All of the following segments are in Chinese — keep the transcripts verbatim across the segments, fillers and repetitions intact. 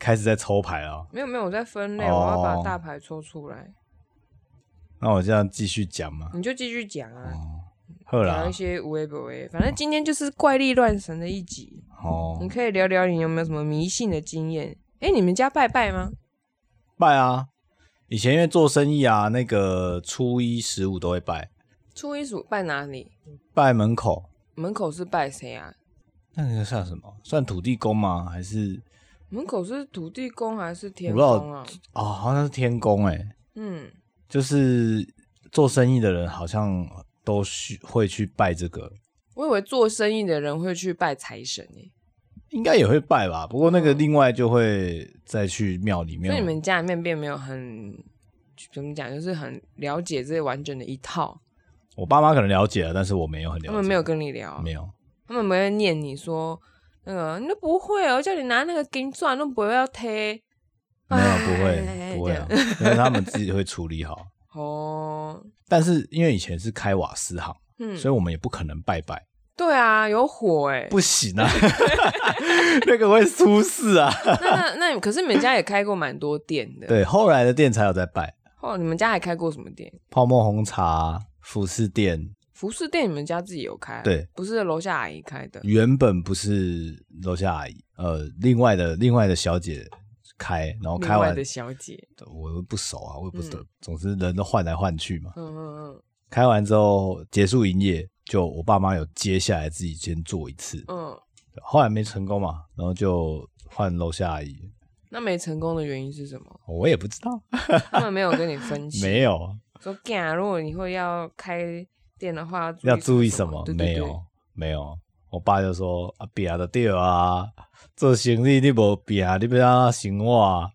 开始在抽牌了。 没有没有，我在分类，哦、我要把大牌抽出来。 那我这样继续讲嘛？ 你就继续讲啊。 好啦， 聊一些无为不为，反正今天就是怪力乱神的一集。哦，你可以聊聊你有没有什么迷信的经验？哎，你们家拜拜吗？ 拜啊！以前因为做生意啊，那个初一十五都会拜。 初一十五拜哪里？ 拜门口。 门口是拜谁啊？ 那个算什么？算土地公吗？还是门口是土地公还是天公啊？ 哦，好像是天公哎、欸。 嗯， 就是做生意的人好像都去会去拜这个。 我以为做生意的人会去拜财神诶、欸。 应该也会拜吧，不过那个另外就会再去庙里面。 所以你们家里面并没有很怎么讲，就是很了解这完整的一套。 我爸妈可能了解了，但是我没有很了解。 他们没有跟你聊， 没有。 他们没会念你说那个，你都不会哦，叫你拿那个金钻都不会要贴。 没有，不会，不会啊，因为他们自己会处理好。哦。但是因为以前是开瓦斯行，嗯，所以我们也不可能拜拜。 对啊，有火哎、欸， 不行啊，那个会出事啊。 那那那，可是你们家也开过蛮多店的。 对，后来的店才有在拜。 哦，你们家还开过什么店？ 泡沫红茶、服饰店。 服饰店你们家自己有开？ 对， 不是楼下阿姨开的。 原本不是楼下阿姨，呃，另外的另外的小姐开，然后开完。 另外的小姐， 我又不熟啊，我也不知道、嗯，总之人都换来换去嘛。 嗯嗯嗯。 开完之后结束营业，就我爸妈有接下来自己先做一次，嗯，后来没成功嘛，然后就换楼下阿姨。 那没成功的原因是什么？ 我也不知道， 他们没有跟你分析。 没有说干，如果你会要开店的话， 要注意什么？ 对对对， 没有没有，我爸就说啊，拼就对啊，做生意你无拼，你不要生活啊。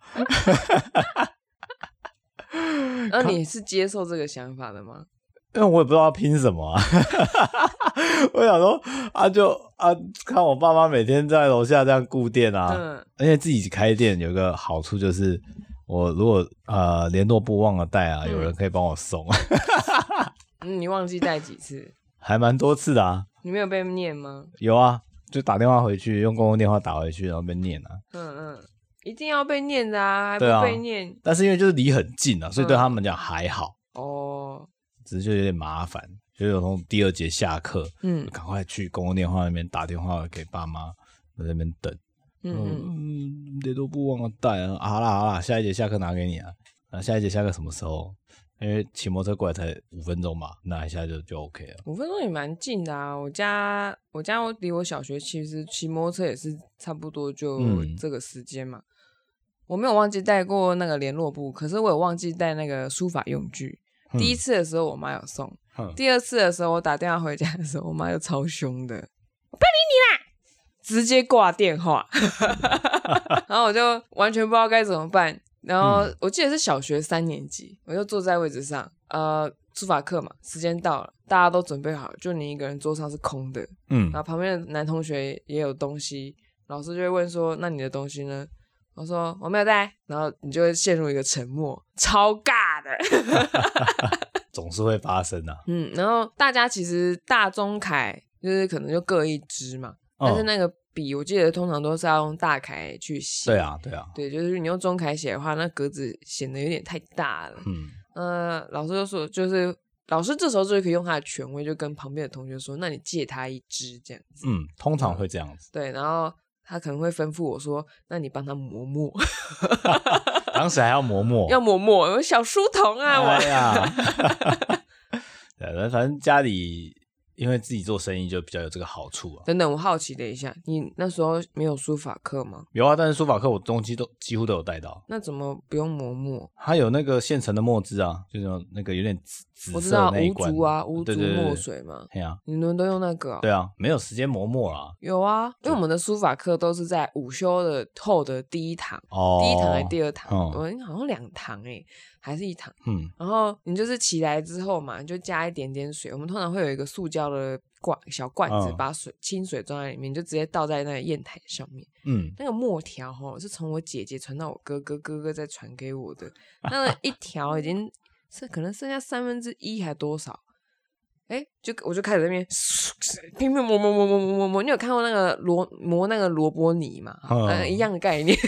那你是接受这个想法的吗？ 因为我也不知道要拼什么啊，我想说啊就啊看我爸妈每天在楼下这样顾店啊，嗯，而且自己开店有一个好处就是，我如果呃联络簿忘了带啊，嗯，有人可以帮我送。 嗯，你忘记带几次？ 还蛮多次的啊。 你没有被念吗？ 有啊，就打电话回去，用公共电话打回去，然后被念啊。 嗯嗯，一定要被念的啊，还不被念。啊， 但是因为就是离很近啊，所以对他们讲还好。嗯，哦。只是就有点麻烦，就有从第二节下课，嗯，赶快去公共电话那边打电话给爸妈，在那边等。嗯嗯，联络簿忘了带啊，好啦好啦，下一节下课拿给你啊。啊，下一节下课什么时候？因为骑摩托车过来才五分钟嘛，拿一下就就 OK 了。 五分钟也蛮近的啊，我家我家离我小学其实骑摩托车也是差不多就这个时间嘛。嗯，我没有忘记带过那个联络簿，可是我有忘记带那个书法用具。第一次的时候我妈有送，嗯，第二次的时候我打电话回家的时候，我妈又超凶的，我不理你啦，直接挂电话。然后我就完全不知道该怎么办。然后我记得是小学三年级，我就坐在位置上，呃，书法课嘛，时间到了，大家都准备好了，就你一个人桌上是空的，嗯，然后旁边的男同学也有东西，老师就会问说，那你的东西呢？我说我没有带，然后你就会陷入一个沉默，超尬的。 总是会发生啊。 嗯，然后大家其实大中楷就是可能就各一支嘛，哦，但是那个笔我记得通常都是要用大楷去写。 对啊对啊， 对，就是你用中楷写的话，那格子显得有点太大了。嗯，呃，老师就说，就是老师这时候就可以用他的权威，就跟旁边的同学说，那你借他一支这样子。 嗯，通常会这样子。 嗯，对，然后他可能会吩咐我说，那你帮他磨墨。 当时还要磨墨， 要磨墨，有小书童啊，我。 哎呀，对，反正家里因为自己做生意就比较有这个好处啊。 等等，我好奇了一下，你那时候没有书法课吗？ 有啊，但是书法课我东西都几乎都有带到。 那怎么不用磨墨？ 它有那个现成的墨汁啊，就是那个有点紫紫色的那一罐。 我知道无竹啊，无竹墨水嘛。 对啊， 你们都用那个，哦？ 对啊，没有时间磨墨啦。 有啊，因为我们的书法课都是在午休的后的第一堂，哦，第一堂还是第二堂？我们，嗯，好像两堂哎，欸，还是一堂。嗯，然后你就是起来之后嘛，你就加一点点水。我们通常会有一个塑胶的罐小罐子，嗯，把水清水装在里面，你就直接倒在那个砚台上面。嗯，那个墨条齁是从我姐姐传到我哥哥，哥哥再传给我的。那一条已经是可能剩下三分之一还多少， 哎、欸，就我就开始在那边拼命磨磨磨磨磨磨磨。你有看过那个萝磨那个萝卜泥嘛？嗯、呃，一样的概念。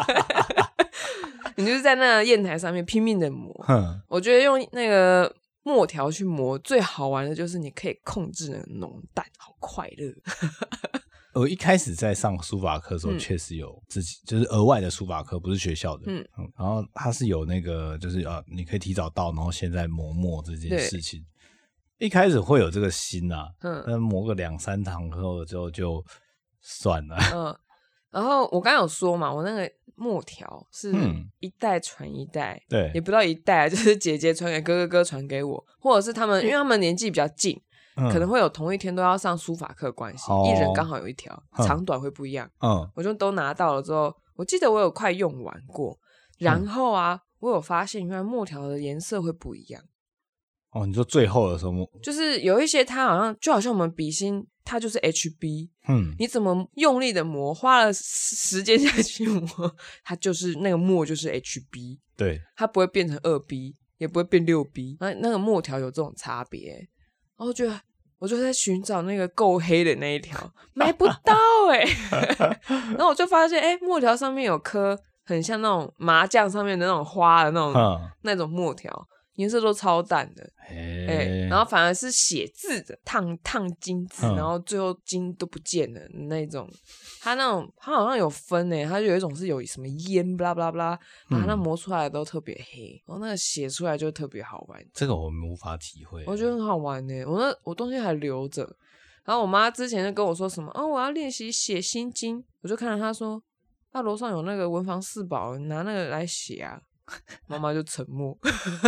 你就是在那个砚台上面拼命的磨。我觉得用那个墨条去磨最好玩的就是你可以控制那个浓淡，好快乐。 我一开始在上书法课的时候，确实有自己、嗯、就是额外的书法课，不是学校的。嗯，嗯然后它是有那个就是呃，你可以提早到，然后现在磨墨这件事情。一开始会有这个心啊，嗯，但磨个两三堂课之后就算了。 嗯，然后我刚刚有说嘛，我那个墨条是一代传一代，对、嗯，也不到一代，就是姐姐传给哥哥，哥传给我，或者是他们，因为他们年纪比较近。嗯、可能会有同一天都要上书法课关系、哦、一人刚好有一条、嗯、长短会不一样、嗯、我就都拿到了之后，我记得我有快用完过，然后啊、嗯、我有发现原来墨条的颜色会不一样。 哦，你说最后的时候就是有一些它好像就好像我们笔芯它就是 H B， 嗯，你怎么用力的磨，花了时间下去磨，它就是那个墨就是 H B， 对， 它不会变成 二 B 也不会变 六 B， 那那个墨条有这种差别。然后觉得我就在寻找那个够黑的那一条，买不到哎、欸。然后我就发现，哎、欸，墨条上面有颗很像那种麻将上面的那种花的那种、嗯、那种墨条，颜色都超淡的。哎、欸，然后反而是写字的烫烫金字、嗯，然后最后金都不见了那种。它那种它好像有分诶，它就有一种是有什么烟，巴拉巴拉巴拉，把它那磨出来的都特别黑，然后那个写出来就特别好玩。 这个我们无法体会， 我觉得很好玩诶。我那我东西还留着，然后我妈之前就跟我说什么，哦，我要练习写心经，我就看到她说，那楼上有那个文房四宝，你拿那个来写啊。妈妈就沉默。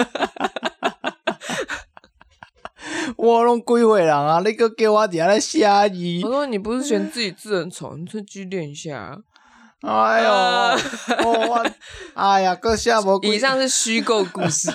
我拢几岁人啊，你搁叫我伫遐来写字。 我说你不是嫌自己字很丑，你就继续练一下。 哎呦，呃哦、我哎呀，搁写无。 以上是虚构故事。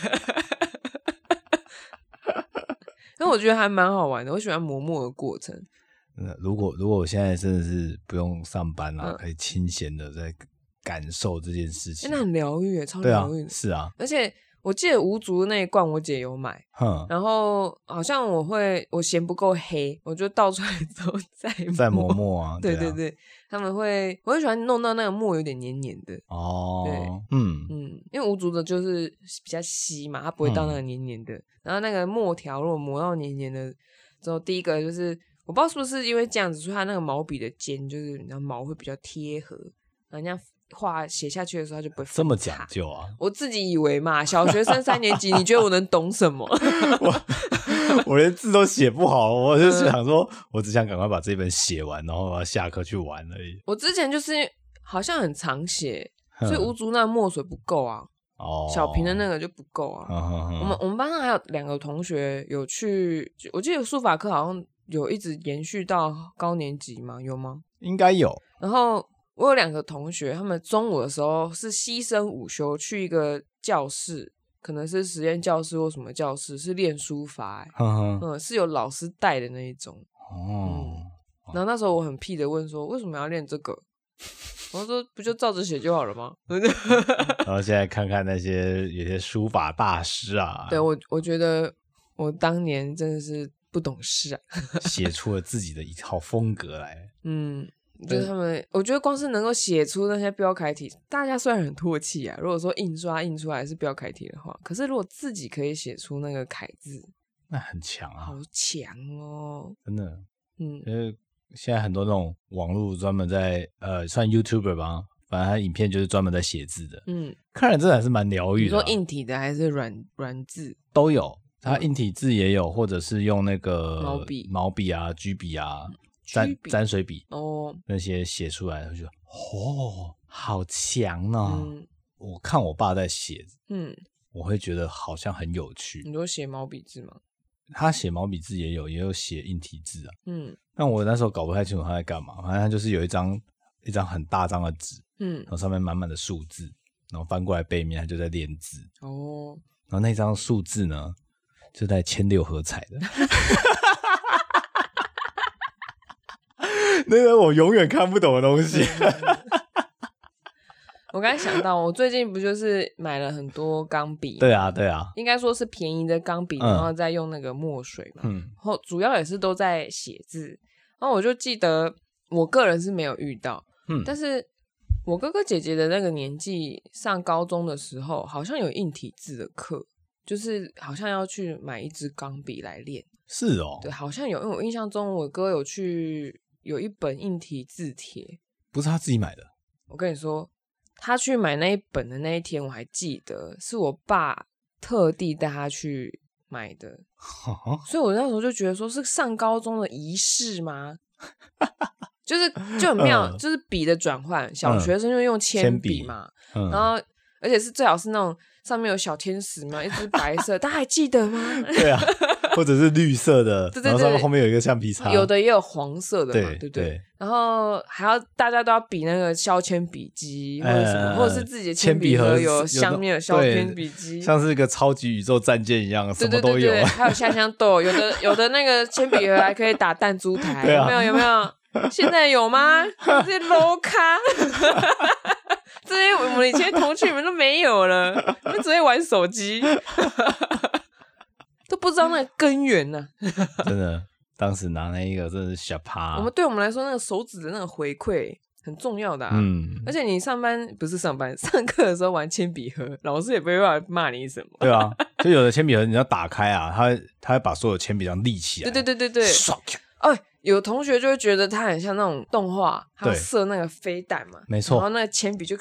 但我觉得还蛮好玩的，我喜欢磨墨的过程。 如果如果我现在真的是不用上班啦、啊嗯，可以清闲的在感受这件事情， 欸、那很疗愈耶，超疗愈的。 啊。是啊， 而且我记得无足那一罐我姐有买，然后好像我会我嫌不够黑，我就倒出来之后再磨再磨墨啊。 对对对，他们会，我很喜欢弄到那个墨有点黏黏的。 哦， 对，嗯嗯，因为无足的就是比较稀嘛，它不会到那个黏黏的。嗯、然后那个墨条如果磨到黏黏的之后，第一个就是我不知道是不是因为这样子，所以它那个毛笔的尖就是你知道毛会比较贴合，然后这样画写下去的时候它就不会分叉。 这么讲究啊？ 我自己以为嘛，小学生三年级，你觉得我能懂什么？ 我我连字都写不好，我就是想说，嗯、我只想赶快把这本写完，然后要下课去玩而已。 我之前就是好像很常写，所以无足那墨水不够啊。哦，小瓶的那个就不够啊。嗯、哼哼我们我们班上还有两个同学有去，我记得书法课好像有一直延续到高年级吗？有吗？ 应该有。 然后我有两个同学，他们中午的时候是牺牲午休去一个教室，可能是实验教室或什么教室，是练书法、欸呵呵，嗯，是有老师带的那一种。哦、嗯，然后那时候我很屁的问说，为什么要练这个？我说不就照着写就好了吗？ 然后现在看看那些有些书法大师啊， 对，我我觉得我当年真的是不懂事啊， 写出了自己的一套风格来。 嗯，就是他们，我觉得光是能够写出那些标楷体，大家虽然很唾弃啊，如果说印刷印出来是标楷体的话，可是如果自己可以写出那个楷字， 那很强啊， 好强哦， 真的。嗯，因为现在很多那种网络专门在呃算 YouTuber 吧，反正他影片就是专门在写字的，嗯，看人真的还是蛮疗愈的、啊。 你说硬体的还是软软字都有，他硬体字也有，或者是用那个毛笔、 毛笔啊、居笔啊、沾沾水笔哦，那些写出来，我觉得哦，好强哦、嗯！我看我爸在写，嗯，我会觉得好像很有趣。 你说写毛笔字吗？ 他写毛笔字也有，也有写硬体字啊。嗯，但我那时候搞不太清楚他在干嘛，反正他就是有一张一张很大张的纸，嗯，然后上面满满的数字，然后翻过来背面他就在练字。哦，然后那张数字呢，就在铅六合彩的。那个我永远看不懂的东西。 我刚才想到，我最近不就是买了很多钢笔？ 对啊，对啊， 应该说是便宜的钢笔，然后再用那个墨水嘛。嗯，然后主要也是都在写字。然后我就记得，我个人是没有遇到，嗯，但是我哥哥姐姐的那个年纪，上高中的时候，好像有硬体字的课，就是好像要去买一支钢笔来练。 是哦， 对，好像有，因为我印象中我哥有去有一本硬体字帖， 不是他自己买的。 我跟你说。他去买那一本的那一天，我还记得是我爸特地带他去买的，所以我那时候就觉得说是上高中的仪式吗？就是就很妙，嗯、就是笔的转换，小学生就用铅笔嘛，嗯、然后而且是最好是那种上面有小天使嘛，一只白色，大家还记得吗？ 对啊，或者是绿色的，对对对，然后上面后面有一个橡皮擦， 有的也有黄色的嘛，对, 对不对？ 对， 然后还要大家都要比那个削铅笔机或者什么，呃、或者是自己的铅笔盒有下面有削铅笔机， 像是一个超级宇宙战舰一样，什么都有。 对对对对，还有香香豆，有的有的那个铅笔盒还可以打弹珠台，啊、有没有？有没有？现在有吗？这些 low 咖，这些我们以前同学们都没有了，你们只会玩手机，都不知道那个根源呢、 啊。真的，当时拿那一个真的是小趴。 我们对我们来说，那个手指的那个回馈很重要的啊。嗯，而且你上班不是上班，上课的时候玩铅笔盒，老师也不会骂你什么。 对啊，就有的铅笔盒你要打开啊，他他会把所有铅笔这样立起来。 对对对对对。哦，有同学就会觉得它很像那种动画，它有射那个飞弹嘛， 没错， 然后那个铅笔就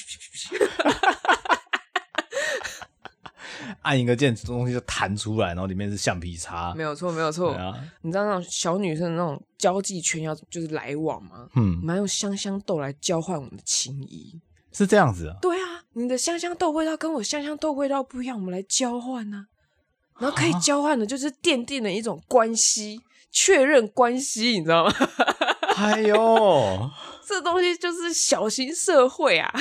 按一个键，东西就弹出来，然后里面是橡皮擦， 没有错，没有错。啊、你知道那种小女生的那种交际圈要就是来往吗？嗯，我们要用香香豆来交换我们的情谊， 是这样子啊？ 对啊，你的香香豆味道跟我香香豆味道不一样，我们来交换啊，然后可以交换的就是奠定了一种关系。确认关系，你知道吗？ 哎呦， 这东西就是小型社会啊！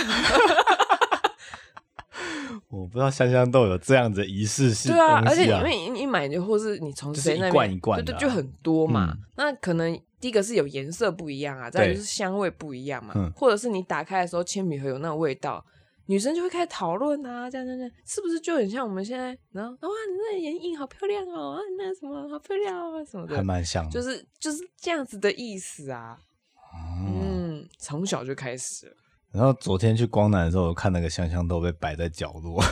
我不知道香香豆有这样子的仪式性、 啊， 对啊， 而且因为你买的或是你从谁那边、 就是、一罐一罐的、 啊，对对，就很多嘛。嗯、那可能第一个是有颜色不一样啊，再来就是香味不一样嘛，嗯、或者是你打开的时候铅笔盒有那个味道。女生就会开始讨论啊，这样这样，是不是就很像我们现在？然后哇，你那眼影好漂亮哦，啊，你那什么好漂亮啊，什么的， 还蛮像的， 就是就是这样子的意思啊。嗯，嗯从小就开始了。 然后昨天去光南的时候，我看那个香香豆被摆在角落，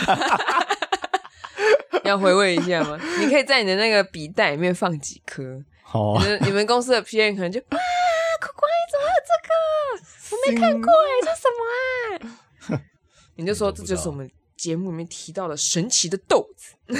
要回味一下吗？你可以在你的那个笔袋里面放几颗。好、啊，你们你们公司的 P M 可能就哇，苦瓜你怎么有这个？我没看过哎，这什么啊？你就说这就是我们节目里面提到的神奇的豆子，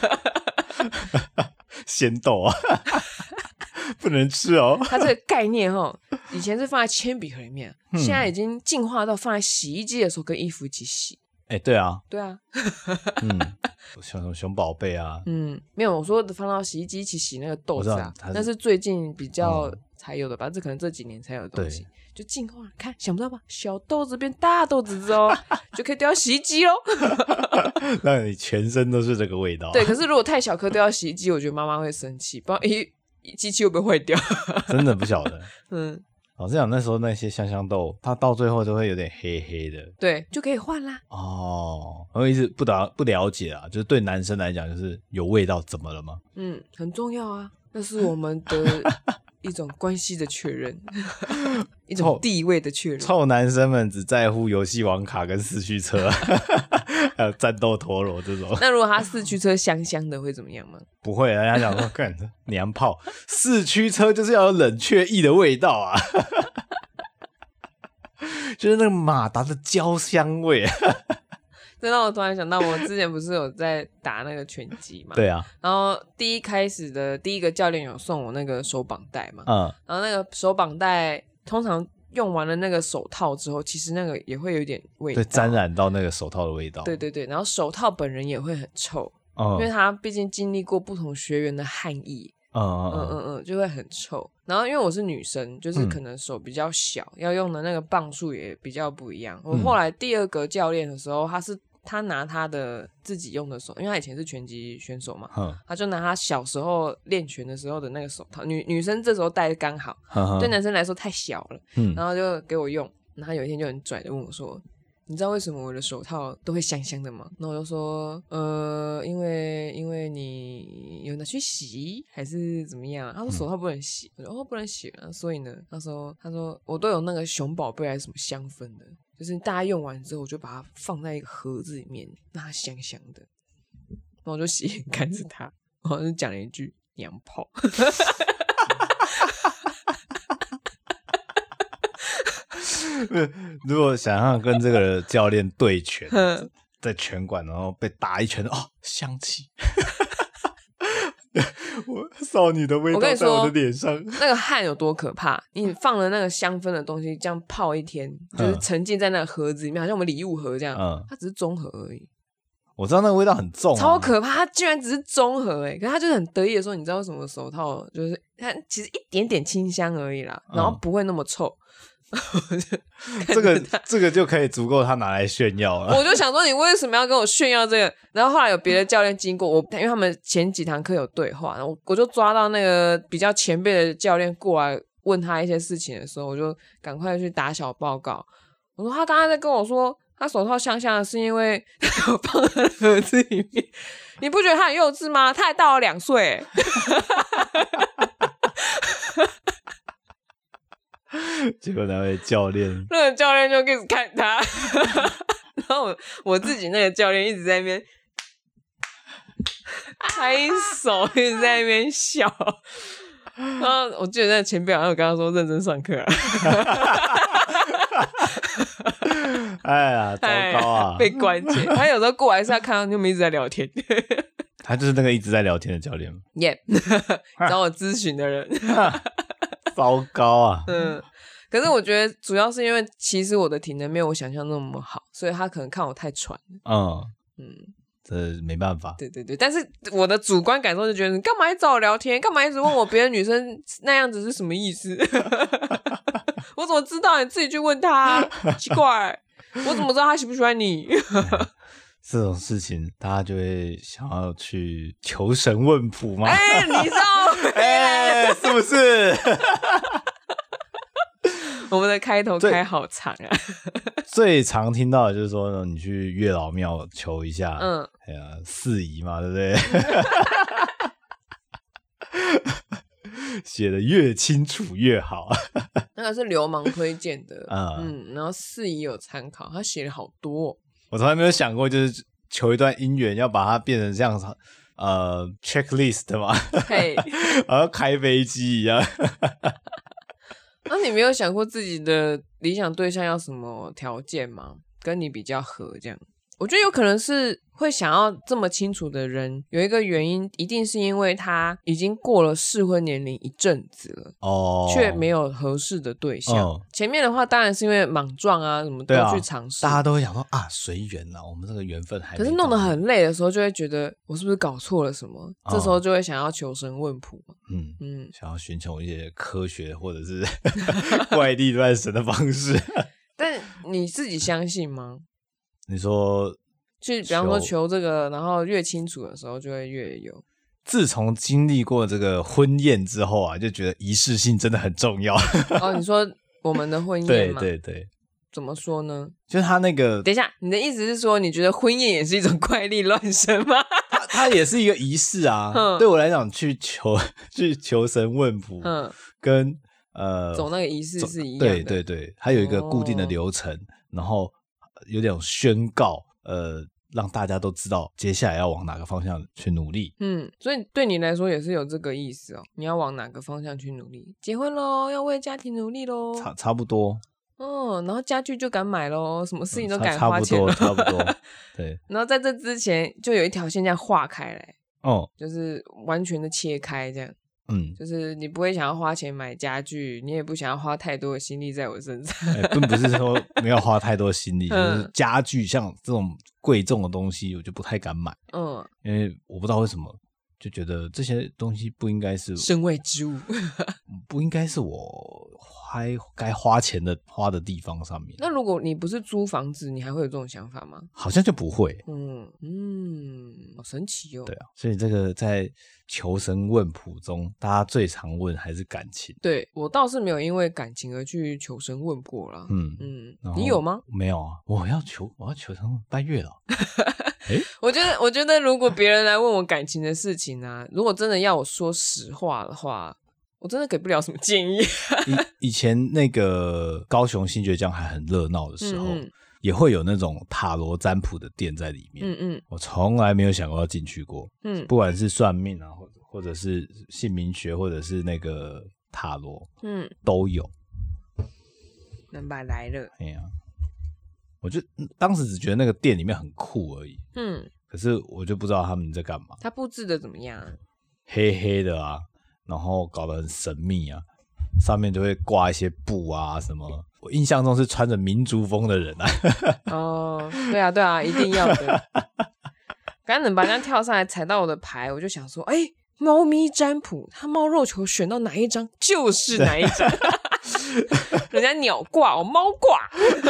鲜豆啊，不能吃哦。 它这个概念哦，以前是放在铅笔盒里面，嗯、现在已经进化到放在洗衣机的时候跟衣服一起洗。 哎、欸，对啊， 对啊， 嗯，像什么熊宝贝啊， 嗯，没有，我说放到洗衣机一起洗那个豆子啊，那是最近比较才有的吧？嗯、这可能这几年才有的东西。就进化，看想不到吧？小豆子变大豆子之后，就可以丢到洗衣机咯。 让你全身都是这个味道。 对，可是如果太小颗丢到洗衣机，我觉得妈妈会生气，不知道咦，机器会不会坏掉？ 真的不晓得。嗯，老实讲，那时候那些香香豆，它到最后都会有点黑黑的。 对，就可以换啦。 哦，我一直不了不了解啊，就是对男生来讲，就是有味道怎么了吗？ 嗯，很重要啊，那是我们的。一种关系的确认，一种地位的确认。 臭男生们只在乎游戏王卡跟四驱车，还有战斗陀螺这种。 那如果他四驱车香香的会怎么样吗？ 不会，人家讲说干娘炮，四驱车就是要有冷却液的味道啊，就是那个马达的焦香味。 这让我突然想到，我之前不是有在打那个拳击嘛？ 对啊。 然后第一开始的第一个教练有送我那个手绑带嘛？嗯。然后那个手绑带通常用完了那个手套之后，其实那个也会有一点味道， 对，沾染到那个手套的味道。 对对对，然后手套本人也会很臭，嗯、因为他毕竟经历过不同学员的汗液。嗯嗯嗯嗯，就会很臭。然后因为我是女生，就是可能手比较小，嗯、要用的那个磅数也比较不一样。我后来第二个教练的时候，他是他拿他的自己用的手，因为他以前是拳击选手嘛，嗯、他就拿他小时候练拳的时候的那个手套，女女生这时候戴刚好，嗯、对男生来说太小了，嗯、然后就给我用。然后他有一天就很拽的问我说：“ 你知道为什么我的手套都会香香的吗？然后我就说呃因为因为你有拿去洗还是怎么样？他说手套不能洗，我说哦不能洗啊，所以呢他说他说我都有那个熊宝贝还是什么香氛的，就是大家用完之后我就把它放在一个盒子里面让它香香的，然后我就洗眼看着他，然后就讲了一句娘炮如果想要跟这个教练对拳在拳馆然后被打一拳，哦香气我少女的味道在我的脸上， 那个汗有多可怕，你放了那个香氛的东西这样泡一天，就是沉浸在那个盒子里面，好像我们礼物盒这样、嗯、它只是中和而已。 我知道那个味道很重、啊、 超可怕，它居然只是中和耶，可是它就是很得意的说，你知道为什么手套就是它其实一点点清香而已啦，然后不会那么臭、嗯、 这个这个就可以足够他拿来炫耀了。 我就想说你为什么要跟我炫耀这个，然后后来有别的教练经过我，因为他们前几堂课有对话，我我就抓到那个比较前辈的教练过来问他一些事情的时候，我就赶快去打小报告，我说他刚才在跟我说他手套香香的是因为他有放在盒子里面，你不觉得他很幼稚吗？他还大我两岁结果那位教练那个教练就开始看他然后 我, 我自己那个教练一直在那边拍手一直在那边笑，然后我记得那个前辈好像有跟他说认真上课啊哎呀糟糕啊， 被关切。他有时候过来是要看到你们一直在聊天他就是那个一直在聊天的教练吗？ Yep 找我咨询的人糟糕啊。 嗯，可是我觉得主要是因为其实我的体能没有我想象那么好，所以他可能看我太喘了。 嗯嗯，这没办法。 对对对，但是我的主观感受就觉得你干嘛一直找我聊天，干嘛一直问我别的女生那样子是什么意思我怎么知道？你自己去问他啊奇怪，我怎么知道他喜不喜欢你这种事情大家就会想要去求神问卜吗？ 哎、欸，你知道哎、欸，是不是我们的开头开好长啊最常听到的就是说呢，你去月老庙求一下，嗯，哎呀，四姨嘛，对不对写的越清楚越好那个是流氓推荐的、嗯, 嗯，然后四姨有参考，他写了好多、哦、 我从来没有想过就是求一段姻缘要把它变成这样呃 checklist 嘛嘿好像开飞机一样那、啊、你没有想过自己的理想对象要什么条件吗？跟你比较合这样？我觉得有可能是会想要这么清楚的人，有一个原因一定是因为他已经过了适婚年龄一阵子了哦，却没有合适的对象、哦、前面的话当然是因为莽撞啊什么都去尝试、 啊、大家都会想说啊随缘啊，我们这个缘分还没到， 可是弄得很累的时候就会觉得我是不是搞错了什么、哦、这时候就会想要求神问卜嗯嗯，想要寻求一些科学或者是怪力乱神的方式但你自己相信吗？ 你说去比方说求这个，然后越清楚的时候就会越有。 自从经历过这个婚宴之后啊，就觉得仪式性真的很重要哦，你说我们的婚宴吗？ 对对对， 怎么说呢？ 就是他那个， 等一下，你的意思是说你觉得婚宴也是一种怪力乱神吗？ 它它也是一个仪式啊对我来讲去求去求神问卜嗯，跟呃走那个仪式是一样的， 对对对，它有一个固定的流程、哦、然后有点宣告呃让大家都知道接下来要往哪个方向去努力。 嗯，所以对你来说也是有这个意思哦，你要往哪个方向去努力？结婚咯，要为家庭努力咯， 差差不多。 哦，然后家具就敢买咯，什么事情都敢花钱、 嗯、差不多差不多对， 然后在这之前就有一条线这样划开来哦，就是完全的切开这样。嗯，就是你不会想要花钱买家具，你也不想要花太多的心力在我身上、 欸、并不是说没有花太多心力、嗯、就是家具像这种贵重的东西我就不太敢买。嗯，因为我不知道为什么就觉得这些东西不应该是身外之物不应该是我花该花钱的花的地方上面。 那如果你不是租房子，你还会有这种想法吗？ 好像就不会。 嗯嗯，好神奇哦。 对啊，所以这个在求神问卜中，大家最常问还是感情。 对，我倒是没有因为感情而去求神问卜啦。嗯嗯，你有吗？ 没有啊，我要求我要求神问拜月老。 欸、我觉得我觉得如果别人来问我感情的事情啊，如果真的要我说实话的话，我真的给不了什么建议。 以, 以前那个高雄新崛江还很热闹的时候、嗯嗯、也会有那种塔罗占卜的店在里面。嗯嗯，我从来没有想过要进去过。嗯，不管是算命啊，或者或者是姓名学，或者是那个塔罗，嗯，都有。 能把来了。 哎呀、啊，我就当时只觉得那个店里面很酷而已。嗯，可是我就不知道他们在干嘛。 他布置的怎么样？ 黑黑的啊。然后搞得很神秘啊，上面就会挂一些布啊什么。我印象中是穿着民族风的人啊。 哦，对啊对啊，一定要的。刚刚能把人家跳上来踩到我的牌，我就想说，哎，猫咪占卜，他猫肉球选到哪一张就是哪一张。人家鸟挂，我猫挂。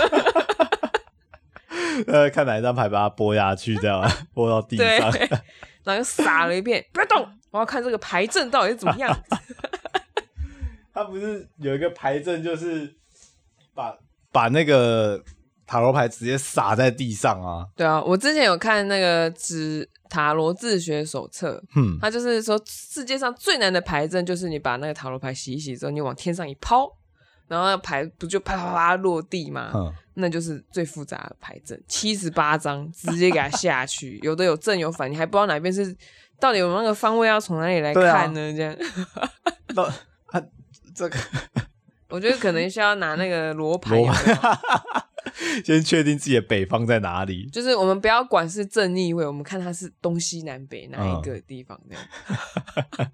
呃，看哪一张牌把它拨下去，这样拨到地上， 然后就撒了一遍，不要动。我要看这个牌阵到底是怎么样。 他不是有一个牌阵，就是把把那个塔罗牌直接撒在地上啊。 对啊，我之前有看那个指塔罗自学手册，嗯，他就是说世界上最难的牌阵就是你把那个塔罗牌洗一洗之后，你往天上一抛，然后那牌不就啪啪啪落地吗？嗯，那就是最复杂的牌阵，七十八张直接给它下去，有的有正有反，你还不知道哪边是。到底有那个方位要从哪里来看呢？啊、这样， 那啊，这个， 我觉得可能需要拿那个罗盘， 先确定自己的北方在哪里。 就是我们不要管是正逆位，我们看它是东西南北哪一个地方这样。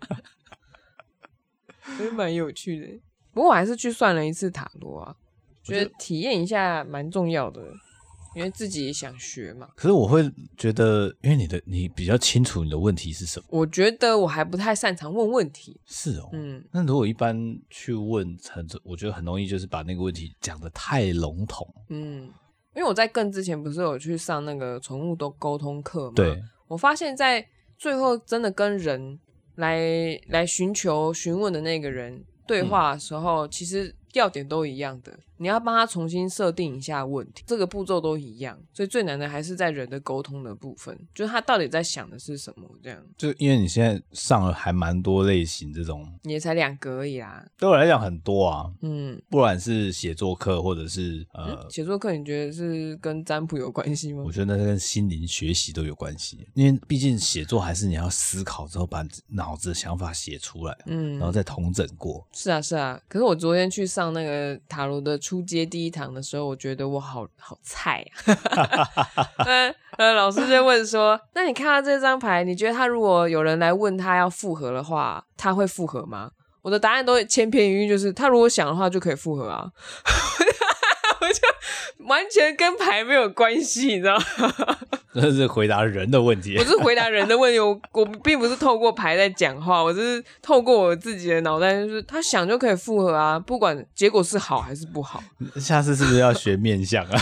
所以蛮有趣的。不过我还是去算了一次塔罗啊，觉得体验一下蛮重要的。因为自己也想学嘛。 可是我会觉得，因为你的你比较清楚你的问题是什么。 我觉得我还不太擅长问问题。 是哦，嗯。那如果一般去问，很我觉得很容易就是把那个问题讲得太笼统。 嗯，因为我在更之前不是有去上那个宠物都沟通课嘛？ 对。 我发现在最后真的跟人来来寻求询问的那个人对话的时候，嗯、其实要点都一样的。你要帮他重新设定一下问题，这个步骤都一样，所以最难的还是在人的沟通的部分，就是他到底在想的是什么这样。 就因为你现在上了还蛮多类型这种， 你也才两个而已啦。 对我来讲很多啊，嗯，不管是写作课或者是呃， 写、嗯、作课，你觉得是跟占卜有关系吗？ 我觉得那跟心灵学习都有关系，因为毕竟写作还是你要思考之后把脑子的想法写出来，嗯，然后再统整过。 是啊，是啊。可是我昨天去上那个塔罗的初阶第一堂的时候，我觉得我好好菜啊。呃呃，老师就问说，那你看到这张牌，你觉得他如果有人来问他要复合的话，他会复合吗？我的答案都千篇一律，就是他如果想的话就可以复合啊。我就完全跟牌没有关系，你知道吗？ 这是回答人的问题。 我是回答人的问题，我我并不是透过牌在讲话，我只是透过我自己的脑袋，就是他想就可以复合啊，不管结果是好还是不好。 下次是不是要学面相啊？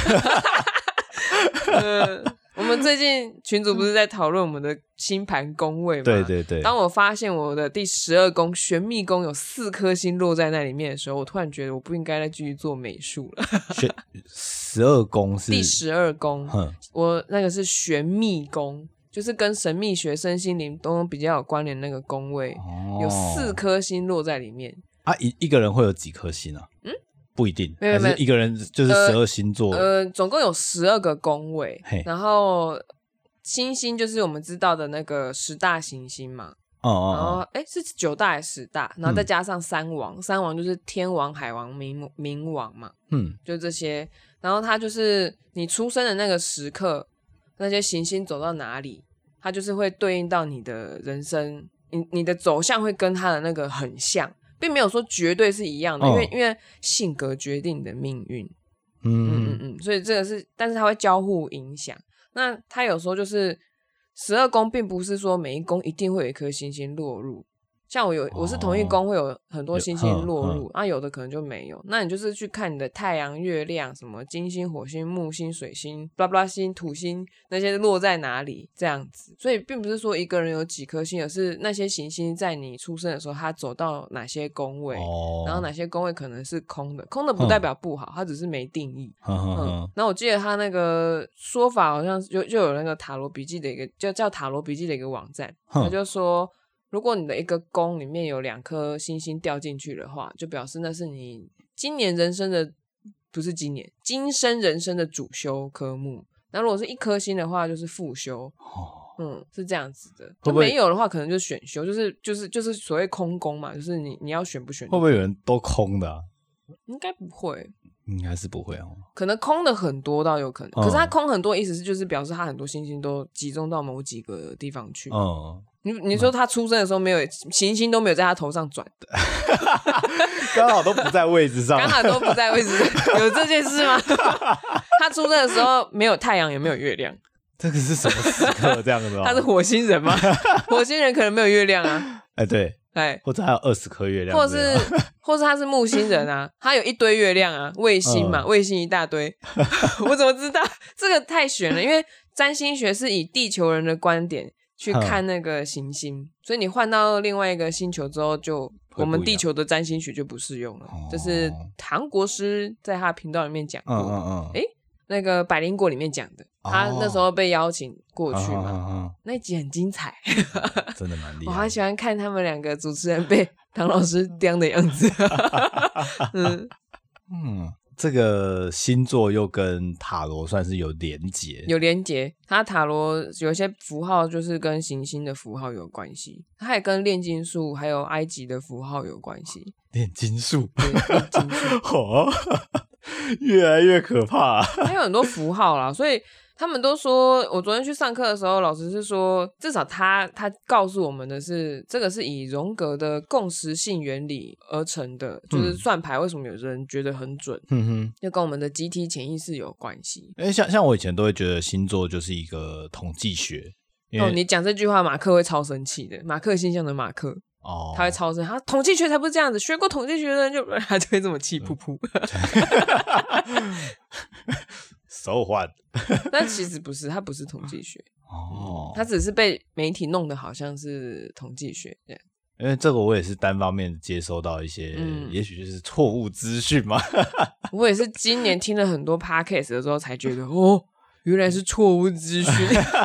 呃我们最近群组不是在讨论我们的星盘宫位吗？ 对对对。 当我发现我的第十二宫玄秘宫有四颗星落在那里面的时候，我突然觉得我不应该再继续做美术了。 十二宫是第十二宫，我那个是玄秘宫，就是跟神秘学、身心灵都比较有关联的那个宫位，哦、有四颗星落在里面。 啊，一一个人会有几颗星啊？嗯。不一定，还是一个人就是十二星座。 呃，呃，总共有十二个宫位，然后星星就是我们知道的那个十大行星嘛。哦哦。然后哎，是九大还是十大？然后再加上三王，嗯、三王就是天王、海王、冥冥王嘛。嗯，就这些。然后它就是你出生的那个时刻，那些行星走到哪里，它就是会对应到你的人生，你你的走向会跟它的那个很像。并没有说绝对是一样的，哦、因为因为性格决定你的命运，嗯嗯嗯，所以这个是，但是它会交互影响。那它有时候就是十二宫并不是说每一宫一定会有一颗星星落入，像我有我是同一宫会有很多星星落入，那、哦、有的可能就没有。那你就是去看你的太阳、月亮、什么金星、火星、木星、水星、巴拉巴拉星、土星那些落在哪里这样子。所以并不是说一个人有几颗星，而是那些行星在你出生的时候，它走到哪些宫位，哦、然后哪些宫位可能是空的，空的不代表不好，它只是没定义。嗯，那我记得他那个说法好像就就有那个塔罗笔记的一个叫叫塔罗笔记的一个网站，他就说。如果你的一个宫里面有两颗星星掉进去的话，就表示那是你今年人生的不是今年今生人生的主修科目。那如果是一颗星的话就是副修、哦、嗯，是这样子的。会不会没有的话可能就选修，就是就是就是所谓空宫嘛，就是你你要选不选。 会不会有人都空的啊？ 应该不会， 应该是不会哦。 可能空的很多倒有可能、嗯、可是它空很多意思是就是表示它很多星星都集中到某几个地方去。嗯，你你说他出生的时候没有行星都没有在他头上转的， 刚好都不在位置上， 刚好都不在位置上，有这件事吗？他出生的时候没有太阳也没有月亮， 这个是什么时刻这样子、哦、 他是火星人吗？火星人可能没有月亮啊。 哎、欸，对， 哎， 或者还有二十颗月亮， 或是或是他是木星人啊，他有一堆月亮啊，卫星嘛，卫、嗯、星一大堆。我怎么知道？这个太悬了，因为占星学是以地球人的观点去看那个行星，所以你换到另外一个星球之后就，就我们地球的占星学就不适用了。这是唐国师在他频道里面讲过，嗯嗯嗯，诶那个百灵果里面讲的，他那时候被邀请过去嘛，哦、嗯嗯那一集很精彩， 真的蛮厉害。 我还喜欢看他们两个主持人被唐老师刁的样子。嗯嗯，这个星座又跟塔罗算是有连结， 有连结。它塔罗有一些符号就是跟行星的符号有关系，它也跟炼金术还有埃及的符号有关系。 炼金术， 对，炼金术， 哦，越来越可怕、啊。 还有很多符号啦，所以他们都说，我昨天去上课的时候，老师是说，至少他他告诉我们的是，这个是以荣格的共识性原理而成的，就是算牌为什么有人觉得很准，嗯哼，就跟我们的集体潜意识有关系。 因为像像我以前都会觉得星座就是一个统计学。 哦，你讲这句话，马克会超生气的，马克星象的马克。哦，他会超生，他统计学才不是这样子，学过统计学的人就他就会这么气噗噗。 手环， 但其实不是，他不是统计学哦、嗯，他只是被媒体弄得好像是统计学这样。 因为这个我也是单方面接收到一些，嗯、也许就是错误资讯嘛。 我也是今年听了很多 podcast 的时候才觉得，哦，原来是错误资讯。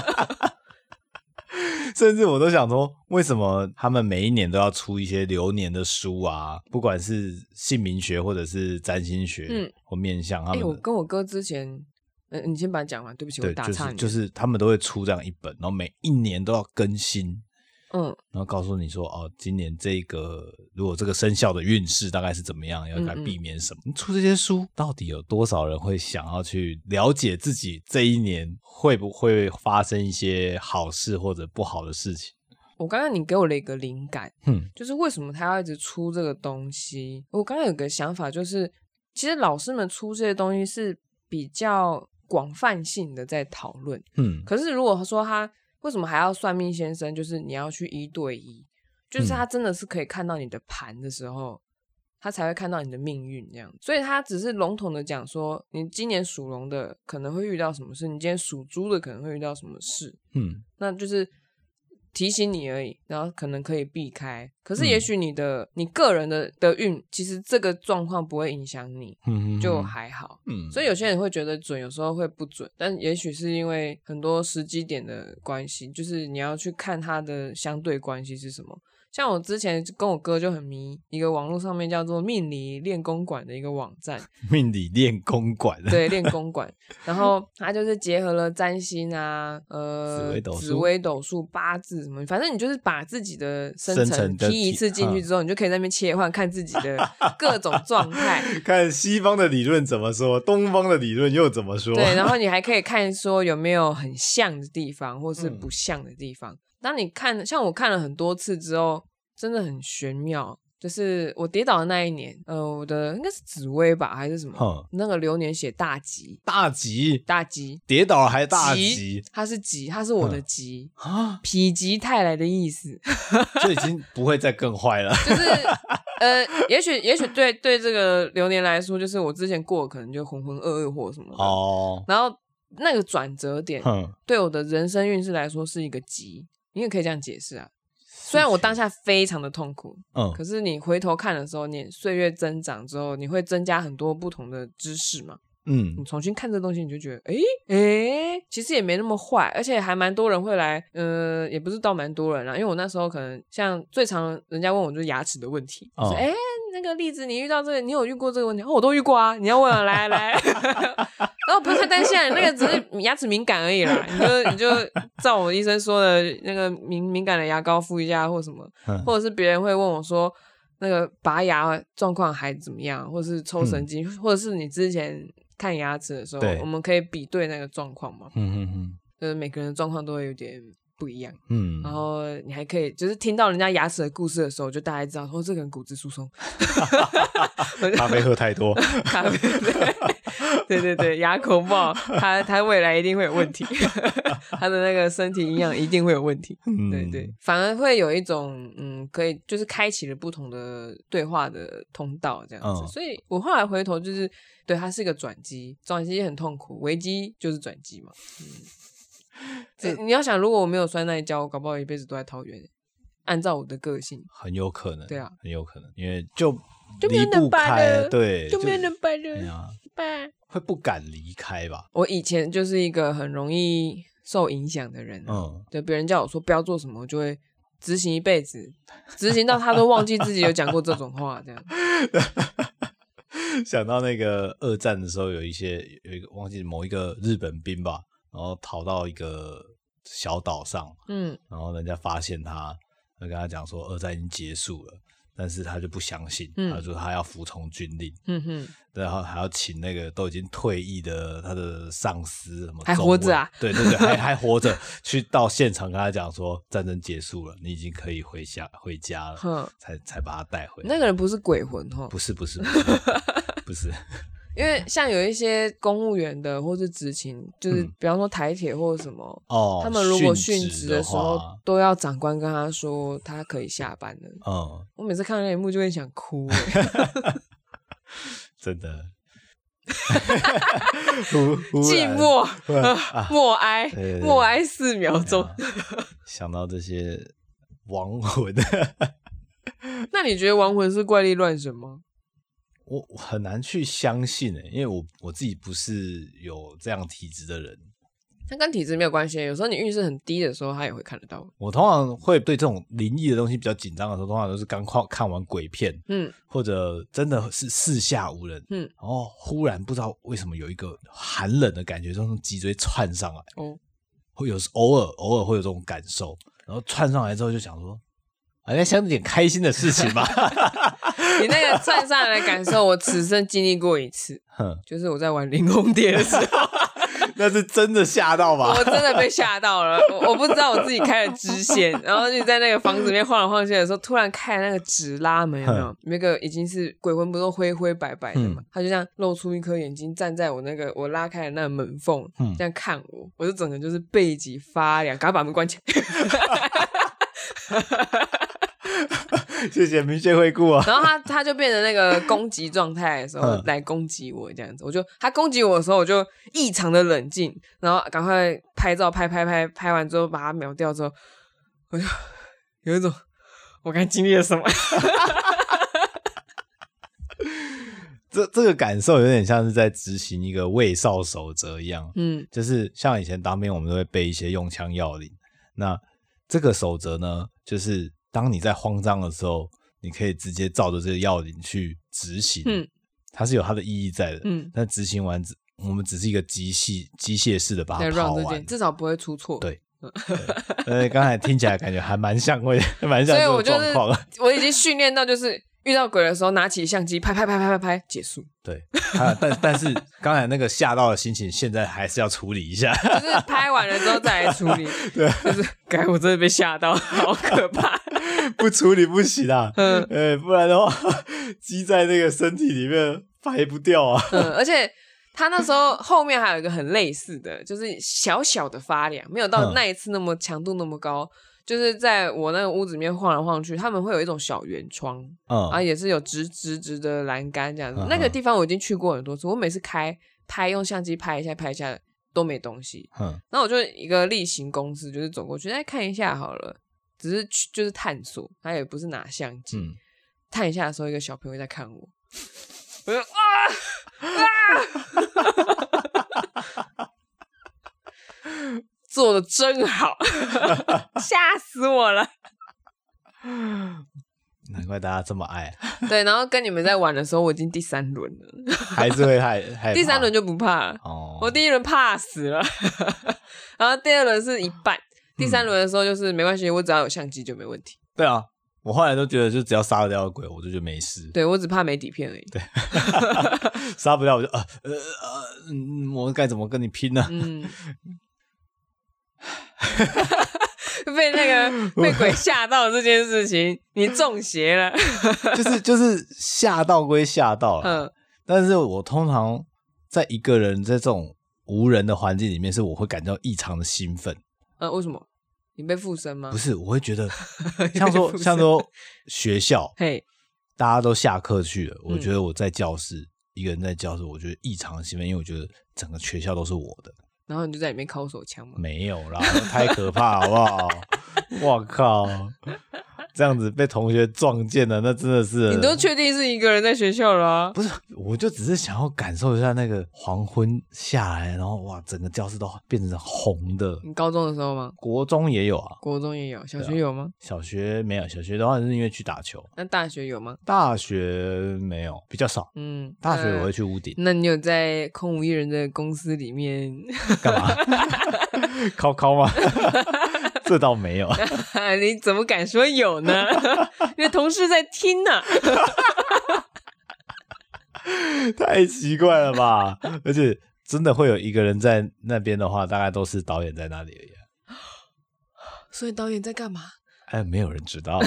甚至我都想说，为什么他们每一年都要出一些流年的书啊？不管是姓名学或者是占星学，嗯，或面相，他们、欸。 我跟我哥之前，嗯，你先把它讲完，对不起，我打岔你、 就是。就是他们都会出这样一本，然后每一年都要更新。嗯，然后告诉你说，哦，今年这个如果这个生肖的运势大概是怎么样，要该避免什么。嗯嗯出这些书，到底有多少人会想要去了解自己这一年会不会发生一些好事或者不好的事情？ 我刚刚你给我了一个灵感，嗯，就是为什么他要一直出这个东西？我刚刚有个想法，就是其实老师们出这些东西是比较广泛性的在讨论，嗯，可是如果说他为什么还要算命先生？就是你要去一对一，就是他真的是可以看到你的盘的时候，嗯、他才会看到你的命运这样。所以他只是笼统的讲说，你今年属龙的可能会遇到什么事，你今年属猪的可能会遇到什么事，嗯，那就是提醒你而已，然后可能可以避开。可是也许你的、嗯、你个人的的运，其实这个状况不会影响你，嗯，就还好。嗯，所以有些人会觉得准，有时候会不准，但也许是因为很多时机点的关系，就是你要去看它的相对关系是什么。像我之前跟我哥就很迷一个网络上面叫做命理练功馆的一个网站， 命理练功馆， 对，练功馆，然后它就是结合了占星啊，呃，紫微斗数、紫微斗数、八字什么，反正你就是把自己的生辰踢一次进去之后，你就可以在那边切换，看自己的各种状态， 看西方的理论怎么说，东方的理论又怎么说， 对，然后你还可以看说有没有很像的地方，或是不像的地方。嗯，当你看像我看了很多次之后，真的很玄妙， 就是我跌倒的那一年，呃，我的应该是紫薇吧，还是什么？那个流年写大吉， 大吉， 大吉， 跌倒了还大吉， 它是吉，它是我的吉啊，否极泰来的意思， 就已经不会再更坏了。 就是呃，也许也许对对这个流年来说，就是我之前过可能就浑浑噩噩或什么的哦，然后那个转折点对我的人生运势来说是一个吉，你也可以这样解释啊。虽然我当下非常的痛苦，嗯，可是你回头看的时候，你岁月增长之后，你会增加很多不同的知识嘛，嗯，你重新看这东西，你就觉得，诶诶，其实也没那么坏，而且还蛮多人会来，呃，也不是到蛮多人啦，因为我那时候可能像最常人家问我就是牙齿的问题，哦、就是诶那个例子你遇到这个，你有遇过这个问题？哦，我都遇过啊，你要问啊，来来，然后不用太担心，那个只是牙齿敏感而已啦，你就你就照我医生说的那个敏敏感的牙膏敷一下或什么，嗯、或者是别人会问我说那个拔牙状况还怎么样，或者是抽神经，嗯、或者是你之前看牙齿的时候，我们可以比对那个状况嘛，嗯嗯嗯，就是每个人的状况都会有点不一样，嗯，然后你还可以就是听到人家牙齿的故事的时候，就大概知道说这个人骨质疏松， 咖啡喝太多， 咖啡对对对，牙口不好，他他未来一定会有问题，他的那个身体营养一定会有问题，嗯、对对，反而会有一种嗯，可以就是开启了不同的对话的通道这样子，嗯、所以我后来回头就是对它是一个转机，转机很痛苦，危机就是转机嘛，嗯。欸、你要想如果我没有摔那一跤，我搞不好一辈子都在桃园，按照我的个性很有可能， 对啊， 很有可能，因为就就没有能拔了， 对， 就没有能拔了， 啊，会不敢离开吧。 我以前就是一个很容易受影响的人，嗯，对，别人叫我说不要做什么，我就会执行一辈子，执行到他都忘记自己有讲过这种话，这样。 想到那个二战的时候，有一些有一个忘记某一个日本兵吧。然后逃到一个小岛上，嗯，然后人家发现他，就跟他讲说二战已经结束了，但是他就不相信，嗯、他说他要服从军令，嗯哼，然后还要请那个都已经退役的他的上司什么还活着啊， 对对对，还还活着，去到现场跟他讲说战争结束了，你已经可以回家回家了，才才把他带回来。 那个人不是鬼魂哦， 不是不是不是不是。 因为像有一些公务员的或是执勤，就是比方说台铁或者什么，哦，他们如果殉职的时候，都要长官跟他说他可以下班了。嗯，我每次看到那一幕就会想哭， 真的， 寂寞，默哀，默哀四秒钟。 想到这些亡魂， 那你觉得亡魂是怪力乱神吗？ 我很难去相信、欸、因为我我自己不是有这样体质的人。 它跟体质没有关系，有时候你运势很低的时候，它也会看得到。 我通常会对这种灵异的东西比较紧张的时候，通常都是刚看完鬼片，嗯，或者真的是四下无人，嗯，然后忽然不知道为什么有一个寒冷的感觉从脊椎窜上来，哦，会有偶尔偶尔会有这种感受，然后窜上来之后就想说，好像想点开心的事情吧。 你那个窜上来的感受，我此生经历过一次，就是我在玩灵红蝶的时候。 那是真的吓到吧？ 我真的被吓到了，我, 我不知道我自己开了支线，然后就在那个房子里面晃来晃去的时候，突然开了那个纸拉门，有没有？那个已经是鬼魂不都灰灰白白的嘛，嗯、他就这样露出一颗眼睛，站在我那个我拉开的那个门缝，嗯、这样看我，我就整个就是背脊发凉，赶快把门关起来。 谢谢明谢惠顾啊！ 然后他他就变成那个攻击状态的时候来攻击我这样子，我就他攻击我的时候，我就异常的冷静，然后赶快拍照拍拍拍拍完之后把它秒掉之后，我就有一种我刚经历了什么。 这这个感受有点像是在执行一个卫哨守则一样，嗯，就是像以前当兵我们都会背一些用枪要领，那这个守则呢，就是当你在慌张的时候，你可以直接照着这个要领去执行，嗯，它是有它的意义在的，嗯，但执行完我们只是一个机械机械式的把它跑完， 至少不会出错， 对。对，刚才听起来感觉还蛮像会蛮像这种状况， 我已经训练到就是遇到鬼的时候拿起相机拍拍拍拍拍拍结束。 对，啊、但但是刚才那个吓到的心情现在还是要处理一下， 就是拍完了之后再来处理。对，就是该我真的被吓到，好可怕。 不处理不行啊，嗯，呃，不然的话积在那个身体里面排不掉啊。 嗯，而且他那时候后面还有一个很类似的，就是小小的发凉，没有到那一次那么强度那么高。就是在我那个屋子里面晃来晃去，他们会有一种小圆窗，嗯，啊，也是有直直直的栏杆这样子。嗯、那个地方我已经去过很多次，我每次开拍用相机拍一下拍一下都没东西。嗯，那我就一个例行公事，就是走过去再看一下好了，只是去就是探索，他也不是拿相机。嗯、探一下的时候，一个小朋友在看我，我就啊啊！做的真好，吓死我了！ 难怪大家这么爱。 对，然后跟你们在玩的时候，我已经第三轮了， 还是会害害。 第三轮就不怕了。哦，我第一轮怕死了，然后第二轮是一半，第三轮的时候就是没关系，我只要有相机就没问题。 对啊，我后来都觉得，就只要杀得掉鬼，我就觉得没事。 对，我只怕没底片而已。 对，杀不掉我就呃呃呃，嗯，我该怎么跟你拼呢？嗯。 被那个被鬼吓到这件事情，你中邪了。 就是就是吓到归吓到了，嗯，但是我通常在一个人在这种无人的环境里面，是我会感到异常的兴奋。 呃，为什么？你被附身吗？ 不是，我会觉得像说像说学校，嘿，大家都下课去了，我觉得我在教室、嗯、一个人在教室，我觉得异常的兴奋，因为我觉得整个学校都是我的。 然后你就在里面靠手枪吗？ 没有啦，太可怕好不好？我靠，这样子被同学撞见了，那真的是…… 你都确定是一个人在学校了啊？ 不是，我就只是想要感受一下那个黄昏下来，然后哇，整个教室都变成红的。 你高中的时候吗？ 国中也有啊， 国中也有，小学有吗？ 啊、小学没有，小学的话是因为去打球。 那大学有吗？ 大学没有，比较少。嗯，大学我会去屋顶。 那你有在空无一人的公司里面干嘛？考考吗？这倒没有。 你怎么敢说有呢？因为同事在听呢、啊。 太奇怪了吧！而且真的会有一个人在那边的话，大概都是导演在那里而已、啊。 所以导演在干嘛？ 哎，没有人知道。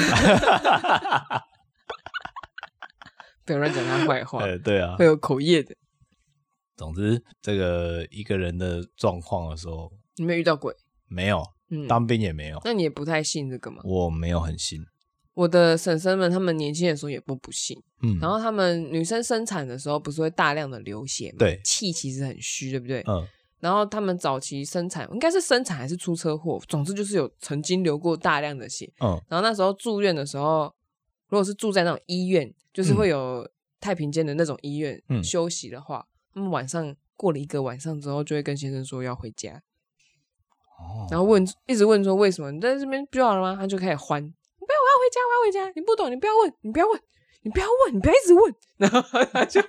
不要乱讲他坏话。 哎，对啊， 会有口业的。 总之，这个一个人的状况的时候， 你没有遇到鬼？ 没有，嗯、当兵也没有。 那你也不太信这个吗？ 我没有很信。 我的婶婶们，他们年轻的时候也不不信，嗯，然后他们女生生产的时候不是会大量的流血吗？ 对， 气其实很虚，对不对？嗯，然后他们早期生产应该是生产还是出车祸，总之就是有曾经流过大量的血，嗯，然后那时候住院的时候，如果是住在那种医院，就是会有太平间的那种医院、嗯、休息的话，他们晚上过了一个晚上之后，就会跟先生说要回家，哦，然后问一直问说为什么你在这边不就好了吗？他就开始欢。不要，我要回家，我要回家！你不懂，你不要问，你不要问，你不要问，你不要一直问。然后他就会，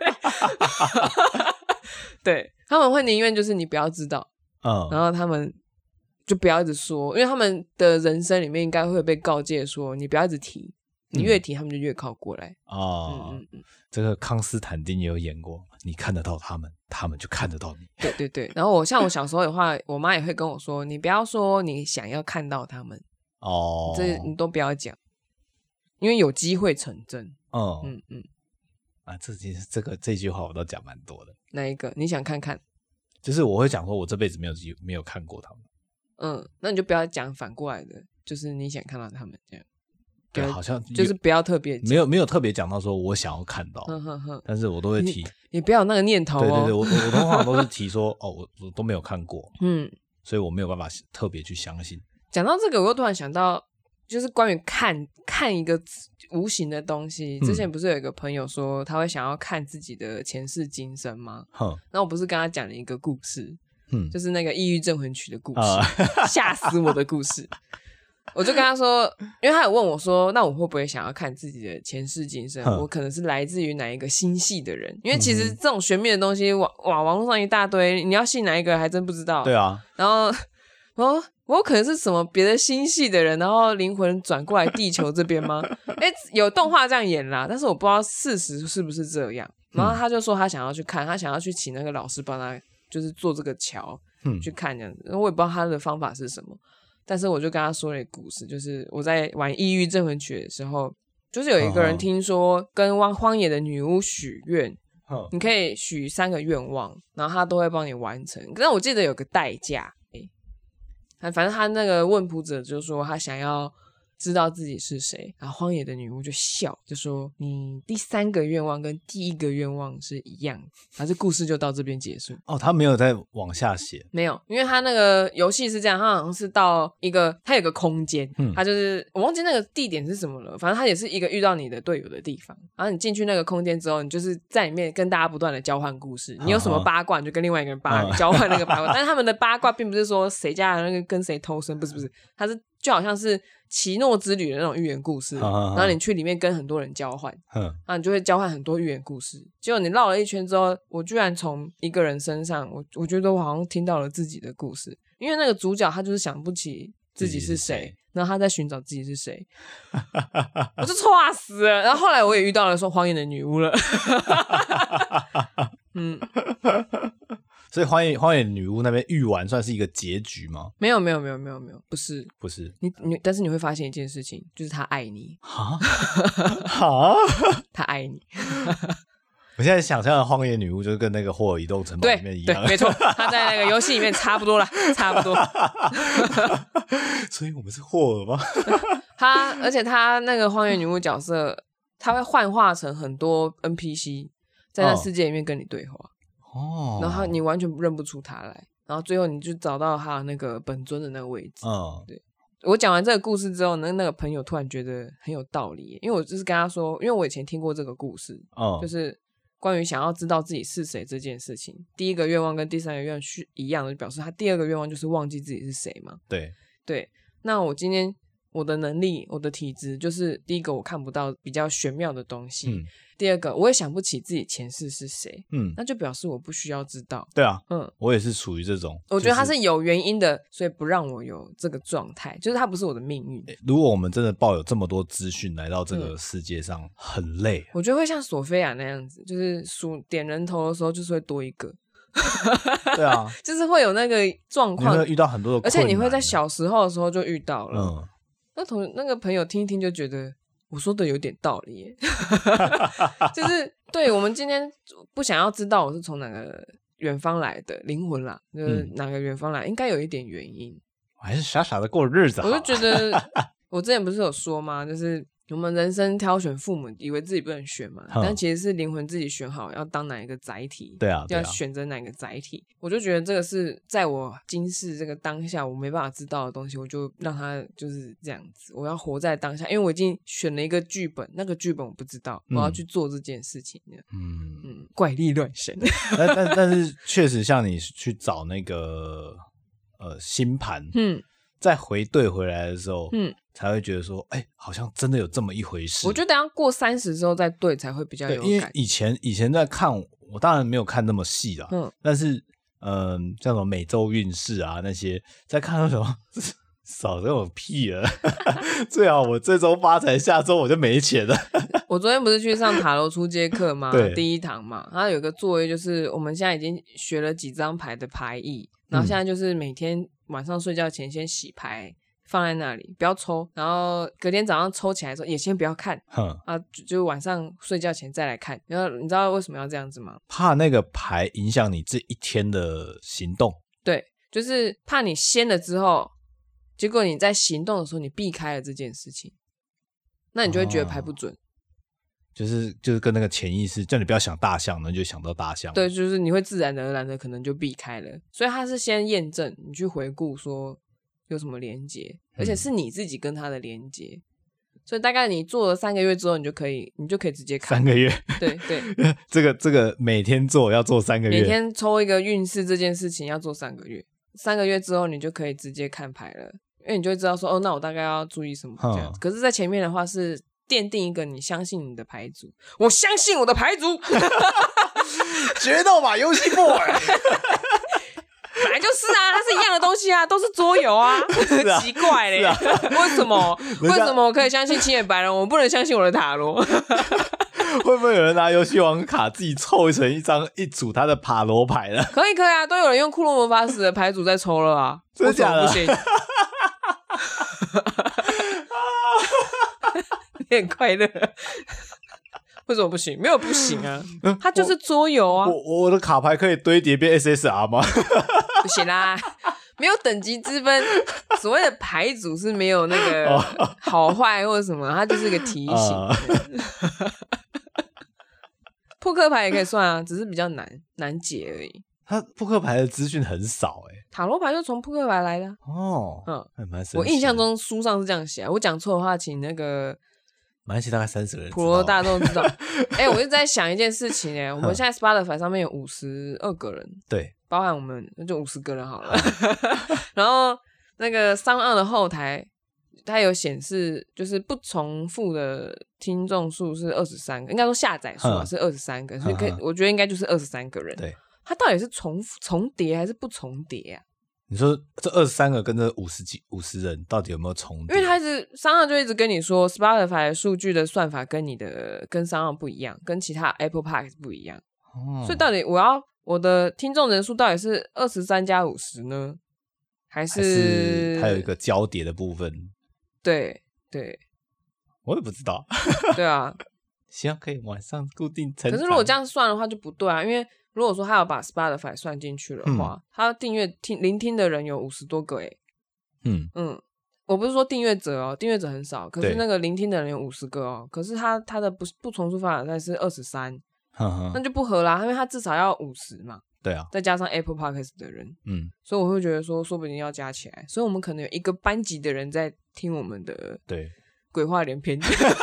对，他们会宁愿就是你不要知道，嗯，然后他们就不要一直说，因为他们的人生里面应该会被告诫说，你不要一直提，你越提他们就越靠过来。 哦，嗯嗯嗯，这个康斯坦丁也有演过，你看得到他们，他们就看得到你。 对对对，然后我像我小时候的话，我妈也会跟我说，你不要说你想要看到他们。哦，这你都不要讲，因为有机会成真。嗯嗯嗯， 啊，这其实这个这句话我都讲蛮多的。 哪一个？你想看看？ 就是我会讲说，我这辈子没有没有看过他们。 嗯，那你就不要讲反过来的，就是你想看到他们这样。 对，好像就是不要特别没有没有特别讲到说我想要看到，呵呵呵，但是我都会提。 你, 你不要有那个念头哦。 对对对，我我通常都是提说哦，我我都没有看过，嗯，所以我没有办法特别去相信。 讲到这个，我又突然想到，就是关于看看一个无形的东西。之前不是有一个朋友说他会想要看自己的前世今生吗？嗯，那我不是跟他讲了一个故事，嗯，就是那个抑郁症魂曲的故事，吓、呃、死我的故事。我就跟他说，因为他有问我说，那我会不会想要看自己的前世今生？我可能是来自于哪一个星系的人？因为其实这种玄秘的东西，网哇网络上一大堆，你要信哪一个还真不知道。 对啊， 然后哦。我有可能是什么别的星系的人，然后灵魂转过来地球这边吗？哎，有动画这样演啦，但是我不知道事实是不是这样。然后他就说他想要去看，他想要去请那个老师帮他，就是做这个桥、嗯、去看这样子。我也不知道他的方法是什么。 但是我就跟他说了一个故事，就是我在玩异域镇魂曲的时候，就是有一个人听说跟荒野的女巫许愿，你可以许三个愿望，然后他都会帮你完成。可是我记得有个代价，欸，反正他那个问卜者就说他想要知道自己是谁，然后荒野的女巫就笑，就说你第三个愿望跟第一个愿望是一样的，然后这故事就到这边结束。 哦，他没有再往下写？ 没有，因为他那个游戏是这样，他好像是到一个，他有个空间，嗯，他就是我忘记那个地点是什么了，反正他也是一个遇到你的队友的地方，然后你进去那个空间之后，你就是在里面跟大家不断的交换故事，你有什么八卦你就跟另外一个人八卦，交换那个八卦，但是他们的八卦并不是说谁家的那个跟谁偷生，不是不是，他是就好像是奇诺之旅的那种寓言故事，然后你去里面跟很多人交换，然后你就会交换很多寓言故事。结果你绕了一圈之后，我居然从一个人身上，我我觉得我好像听到了自己的故事，因为那个主角他就是想不起自己是谁，然后他在寻找自己是谁，我就错死了。然后后来我也遇到了说荒野的女巫了，嗯。 所以荒野荒野女巫那边遇完算是一个结局吗？ 没有没有没有没有没有，不是不是你你，但是你会发现一件事情，就是他爱你。 哈哈， 他爱你。 我现在想象的荒野女巫就是跟那个霍尔移动城堡里面一样， 对，没错，他在那个游戏里面差不多了，差不多。 所以我们是霍尔吗？ 他而且他那个荒野女巫角色，他会幻化成很多 N P C 在那世界里面跟你对话。哦，然后你完全认不出他来，然后最后你就找到他的那个本尊的那个位置。嗯，对，我讲完这个故事之后呢，那个朋友突然觉得很有道理，因为我就是跟他说，因为我以前听过这个故事，嗯，就是关于想要知道自己是谁这件事情，第一个愿望跟第三个愿望是一样的，就表示他第二个愿望就是忘记自己是谁嘛。 对对，那我今天我的能力，我的体质，就是第一个我看不到比较玄妙的东西。嗯，第二个我也想不起自己前世是谁，嗯，那就表示我不需要知道。 对啊，嗯，我也是属于这种， 我觉得他是有原因的，所以不让我有这个状态，就是他不是我的命运。 如果我们真的抱有这么多资讯来到这个世界上，嗯，很累。 我觉得会像索菲亚那样子，就是数点人头的时候就是会多一个。 对啊， 就是会有那个状况， 你会遇到很多的困难， 而且你会在小时候的时候就遇到了。嗯，那同那个朋友听一听就觉得我说的有点道理耶。就是对我们今天不想要知道我是从哪个远方来的灵魂啦，就是哪个远方来，应该有一点原因。 我还是傻傻的过日子好。 我就觉得我之前不是有说吗，就是我们人生挑选父母，以为自己不能选嘛，但其实是灵魂自己选好要当哪一个载体。 对啊，对啊， 要选择哪个载体。我就觉得这个是在我今世这个当下我没办法知道的东西，我就让它就是这样子，我要活在当下，因为我已经选了一个剧本，那个剧本我不知道，嗯，我要去做这件事情。嗯嗯，怪力乱神。 但但但是确实像你去找那个呃星盘，嗯，再回对回来的时候，嗯，才会觉得说，哎，欸，好像真的有这么一回事。 我觉得等一下过三十之后再对才会比较有感。 因为以前以前在看，我当然没有看那么细啦，嗯，但是嗯，呃，像什么每周运势啊那些，在看到什么少这种屁了，最好我这周发财，下周我就没钱了。 我昨天不是去上塔罗初阶课吗？第一堂嘛，它有个作业就是我们现在已经学了几张牌的牌意，然后现在就是每天晚上睡觉前先洗牌。放在那里不要抽，然后隔天早上抽起来的时候也先不要看，啊，就, 就晚上睡觉前再来看。然后你知道为什么要这样子吗？ 怕那个牌影响你这一天的行动。 对，就是怕你掀了之后，结果你在行动的时候你避开了这件事情，那你就会觉得牌不准。哦， 就是就是跟那个潜意识叫你不要想大象，那就想到大象。 对，就是你会自然而然的可能就避开了。所以它是先验证，你去回顾说有什么连结，而且是你自己跟他的连结，嗯，所以大概你做了三个月之后，你就可以，你就可以直接看三个月。 对对， 这个这个每天做要做三个月， 每天抽一个运势这件事情要做三个月，三个月之后你就可以直接看牌了，因为你就会知道说，哦，那我大概要注意什么这样子。可是，在前面的话是奠定一个你相信你的牌组，我相信我的牌组， 决斗吧游戏 boy。 本来就是啊，它是一样的东西啊，都是桌游啊，啊奇怪嘞，啊，为什么？为什么我可以相信青眼白人，我不能相信我的塔罗？ 会不会有人拿游戏王卡自己凑成一张一组他的塔罗牌呢？ 可以可以啊，都有人用库洛魔法使的牌组在抽了啊， 真的假的？ 不行。 你很快乐。为什么不行？没有不行啊，它就是桌游啊。 我我的卡牌可以堆叠变 S S R 吗？ 不行啦，没有等级之分。所谓的牌组是没有那个好坏或者什么，它就是个提醒。uh... 扑克牌也可以算啊，只是比较难难解而已。 它扑克牌的资讯很少哎、欸， 塔罗牌就从扑克牌来的、啊、 哦， 嗯， 蛮神奇的。 我印象中书上是这样写、啊，我讲错的话，请那个。 马来西亚大概三十个人， 普罗大众知道。哎、欸，我一直在想一件事情哎、欸，我们现在 Spotify 上面有五十二个人， 对， 包含我们那就五十个人好了。然后那个SoundOn的后台，它有显示，就是不重复的听众数是二十三个，应该说下载数啊是二十三个，所以可以，我觉得应该就是二十三个人。 对， 它到底是重重叠还是不重叠啊？ 你说这二十三个跟这五十几五十人到底有没有重叠？ 因为他一直商岸就一直跟你说 Spotify 数据的算法跟你的跟商岸不一样，跟其他 Apple Podcast 不一样、哦、所以到底我要我的听众人数到底是二十三加五十呢，还是, 还是它有一个交叠的部分？ 对对， 我也不知道。 对啊， 希望可以晚上固定成长。 可是如果这样算的话就不对啊，因为如果说他有把 Spotify 算进去的话，嗯、他订阅听聆听的人有五十多个诶。 嗯嗯，我不是说订阅者哦，订阅者很少，可是那个聆听的人有五十个哦，可是他他的不不重复发展赛是二十三，那就不合啦，因为他至少要五十嘛。 对啊， 再加上 Apple Podcast 的人， 嗯， 所以我会觉得说，说不定要加起来，所以我们可能有一个班级的人在听我们的对鬼话连篇。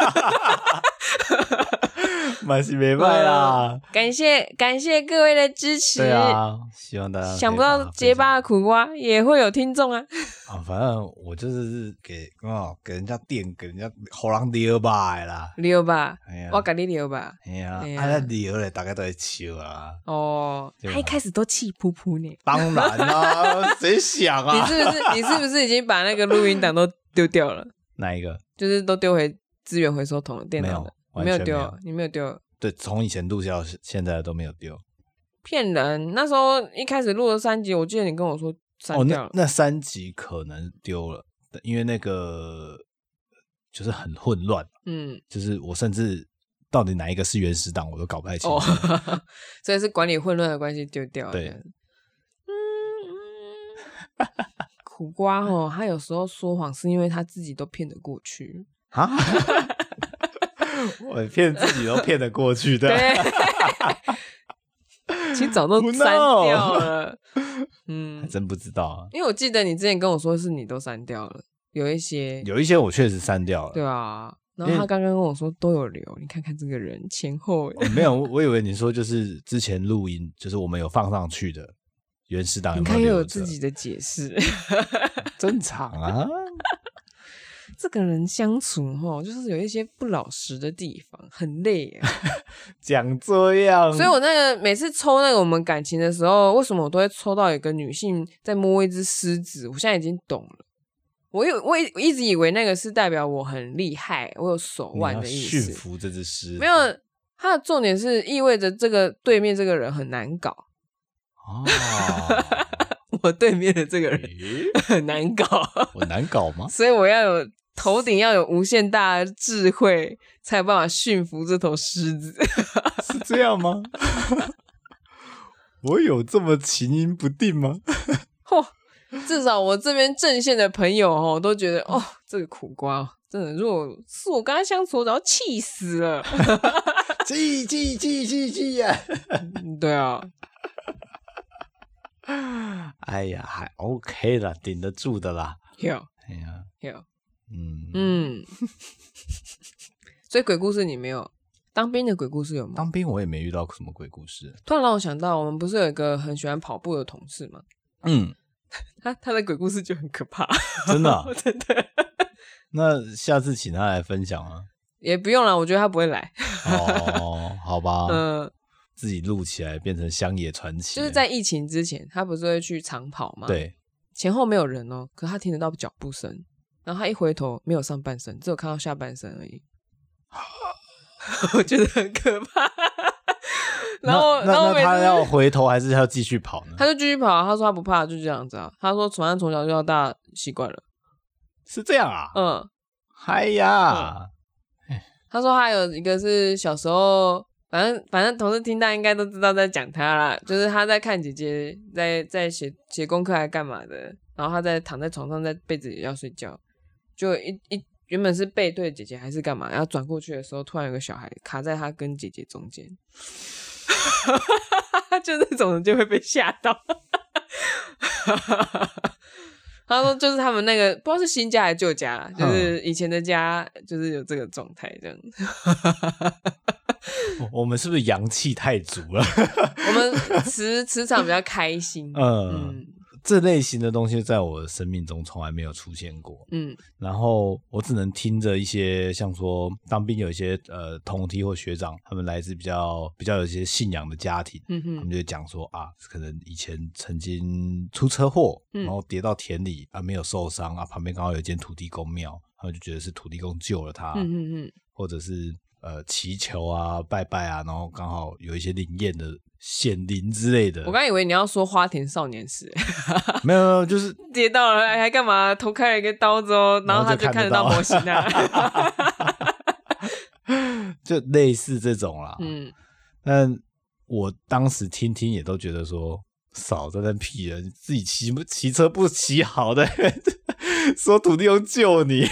蛮是没办啦、 嗯，感谢感谢各位的支持。 对啊，希望大家想不到结巴的苦瓜也会有听众啊。 啊，反正我就是给哦给人家垫，给人家互人撩吧啦， 撩吧， 哎、 我给你撩吧。 哎呀，啊那撩嘞，大家都在笑啊。 哦，他一开始都气噗噗呢。 当然啦、啊，谁想啊？ 你是不是你是不是已经把那个录音档都丢掉了？ 哪一个？ 就是都丢回资源回收桶的电脑的。 没有， 没有丢，你没有丢。 对，从以前录到现在都没有丢。 骗人！那时候一开始录了三集，我记得你跟我说删掉了。 哦、那, 那三集可能丢了，因为那个就是很混乱。嗯，就是我甚至到底哪一个是原始档我都搞不太清楚。哦、 所以是管理混乱的关系丢掉了。 对。 嗯，苦瓜哦，他有时候说谎是因为他自己都骗得过去啊。 我骗自己都骗得过去的。 对，其实早都删掉了。 嗯，还真不知道啊。 因为我记得你之前跟我说是你都删掉了，有一些有一些我确实删掉了。 对啊，然后他刚刚跟我说都有留，你看看这个人前后、 哦、没有，我以为你说就是之前录音，就是我们有放上去的原始档， 你看又有自己的解释， 正常啊。 这个人相处齁，就是有一些不老实的地方，很累啊。 讲这样， 所以我那个每次抽那个我们感情的时候，为什么我都会抽到一个女性在摸一只狮子？我现在已经懂了。我有我一直以为那个是代表我很厉害，我有手腕的意思。 驯服这只狮子没有，它的重点是意味着这个对面这个人很难搞。哦。我对面的这个人很难搞。 我难搞吗？ 所以我要有头顶要有无限大的智慧，才有办法驯服这头狮子。 是这样吗？我有这么情阴不定吗？ 嚯，至少我这边阵线的朋友哦，都觉得哦，这个苦瓜真的，如果是我跟他相处，我早气死了。 气气气气气呀！ 对啊。 哎呀，还 OK 啦，顶得住的啦。 有， 哎呀， 有。 嗯嗯，所以鬼故事你没有？当兵的鬼故事有吗？ 当兵我也没遇到什么鬼故事。 突然让我想到，我们不是有一个很喜欢跑步的同事吗？ 嗯， 他他的鬼故事就很可怕， 真的、啊、 真的。 那下次请他来分享啊？ 也不用了，我觉得他不会来。 哦，好吧， 嗯， 自己录起来变成乡野传奇。 就是在疫情之前，他不是会去长跑吗？ 对， 前后没有人哦，可他听得到脚步声。然后他一回头，没有上半身，只有看到下半身而已。我觉得很可怕。然后， 那然后那他要回头还是要继续跑呢？ 他就继续跑。他说他不怕，就这样子啊。他说，反正从小就到大习惯了。 是这样啊？ 嗯， 嗨呀、 嗯，他说还有一个是小时候，反正反正同事听到应该都知道在讲他啦，就是他在看姐姐在在写写功课还干嘛的，然后他在躺在床上在被子里要睡觉，就一一原本是背对姐姐还是干嘛，然后转过去的时候，突然有个小孩卡在他跟姐姐中间，就那种人就会被吓到。他说就是他们那个不知道是新家还是旧家啦，就是以前的家就是有这个状态这样。 我们是不是阳气太足了？ 我们磁磁场比较开心。嗯, 嗯， 这类型的东西在我的生命中从来没有出现过。嗯，然后我只能听着一些像说当兵有一些呃同梯或学长，他们来自比较比较有一些信仰的家庭，嗯哼，他们就讲说啊，可能以前曾经出车祸，嗯，然后跌到田里啊，没有受伤啊，旁边刚好有一间土地公庙，他们就觉得是土地公救了他，嗯哼哼，或者是呃祈求啊拜拜啊，然后刚好有一些灵验的显灵之类的。 我刚以为你要说花田少年时。 没有没有，就是跌到了还干嘛，头开了一个刀之后，然后他就看得到模型啊。 就类似这种啦。嗯，但我当时听听也都觉得说少在那屁人，自己骑骑车不骑好的说土地公救你。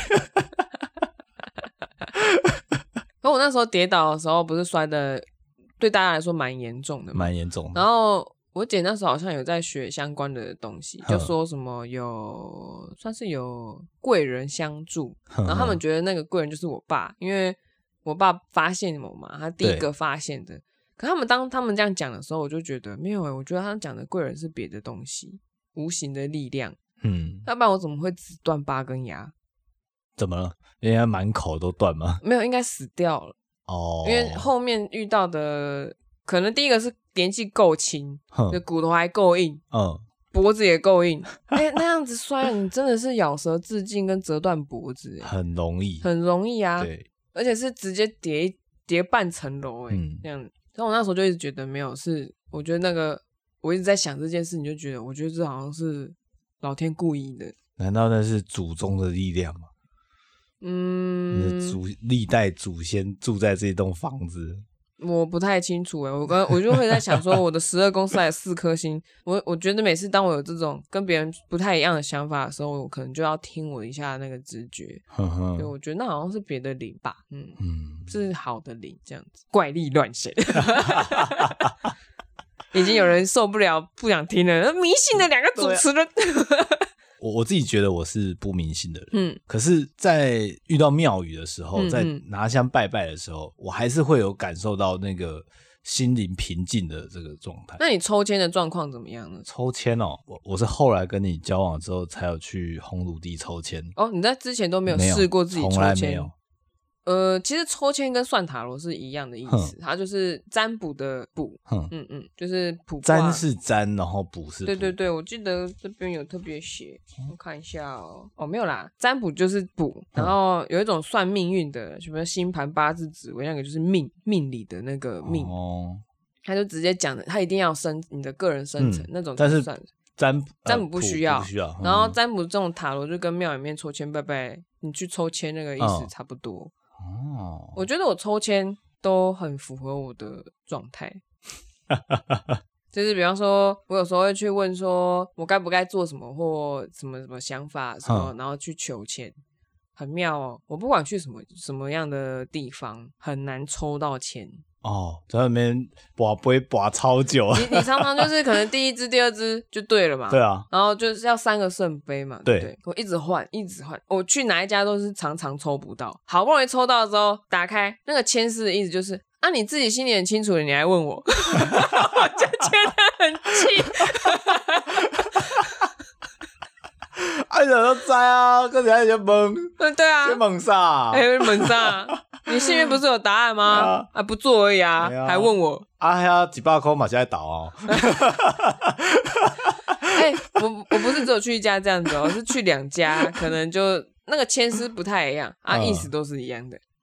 可我那时候跌倒的时候不是摔的对大家来说蛮严重的， 蛮严重的。 然后我姐那时候好像有在学相关的东西，就说什么有算是有贵人相助，然后他们觉得那个贵人就是我爸，因为我爸发现我嘛，他第一个发现的。可他们当他们这样讲的时候，我就觉得没有、欸、我觉得他们讲的贵人是别的东西，无形的力量。嗯，要不然我怎么会只断八根牙？ 怎么了？人家满口都断吗？ 没有，应该死掉了。哦，因为后面遇到的可能第一个是年纪够轻，就骨头还够硬，嗯，脖子也够硬。哎、欸，那样子摔，你真的是咬舌自尽跟折断脖子， 很容易， 很容易啊。 对， 而且是直接跌跌半层楼，哎、嗯，这样。所以我那时候就一直觉得没有，是我觉得那个我一直在想这件事，你就觉得我觉得这好像是老天故意的。 难道那是祖宗的力量吗？嗯，你的祖历代祖先住在这栋房子， 我不太清楚哎。我刚我就会在想说，我的十二宫塞了四颗星，我我觉得每次当我有这种跟别人不太一样的想法的时候，我可能就要听我一下那个直觉。对，我觉得那好像是别的灵吧，嗯嗯，是好的灵这样子，怪力乱神。已经有人受不了，不想听了，迷信的两个主持人。 我我自己觉得我是不迷信的人，嗯，可是在遇到庙宇的时候，嗯嗯在拿香拜拜的时候，我还是会有感受到那个心灵平静的这个状态。 那你抽签的状况怎么样呢？ 抽签哦，我我是后来跟你交往之后才有去烘炉地抽签。 哦，你在之前都没有试过自己抽签？ 从来没有。 呃，其实抽签跟算塔罗是一样的意思，它就是占卜的卜，嗯嗯，就是卜卦。 占是占，然后卜是卜。 对对对，我记得这边有特别写，我看一下哦。哦，没有啦，占卜就是卜，然后有一种算命运的，什么星盘、八字、紫微，那个就是命命理的那个命。哦。他就直接讲的，他一定要生你的个人生辰、嗯、那种就算， 但是占卜占卜不需要， 不需要。 然后占卜这种塔罗就跟庙里面抽签拜拜，你去抽签那个意思差不多。哦，我觉得我抽签都很符合我的状态，就是比方说，我有时候会去问说，我该不该做什么或什么什么想法什么，然后去求签，很妙哦。我不管去什么什么样的地方，很难抽到签。 哦，在那边拔杯拔超久。 你你常常就是可能第一支、第二支就对了嘛。 对啊。 然后就是要三个圣杯嘛。对。 对， 我一直换，一直换。我去哪一家都是常常抽不到，好不容易抽到之后，打开那个签诗的意思就是，啊，你自己心里很清楚了，你还问我，我就觉得很气。 哎，人都知啊，可是还在问。 嗯，对啊。 在问啥？ 哎，问啥？你心里面不是有答案吗？啊, 啊，不做而已啊，啊还问我。 啊，还要几百块嘛，现在倒哦。 哎、欸，我我不是只有去一家这样子哦，是去两家，可能就那个签诗不太一样啊，意思都是一样的。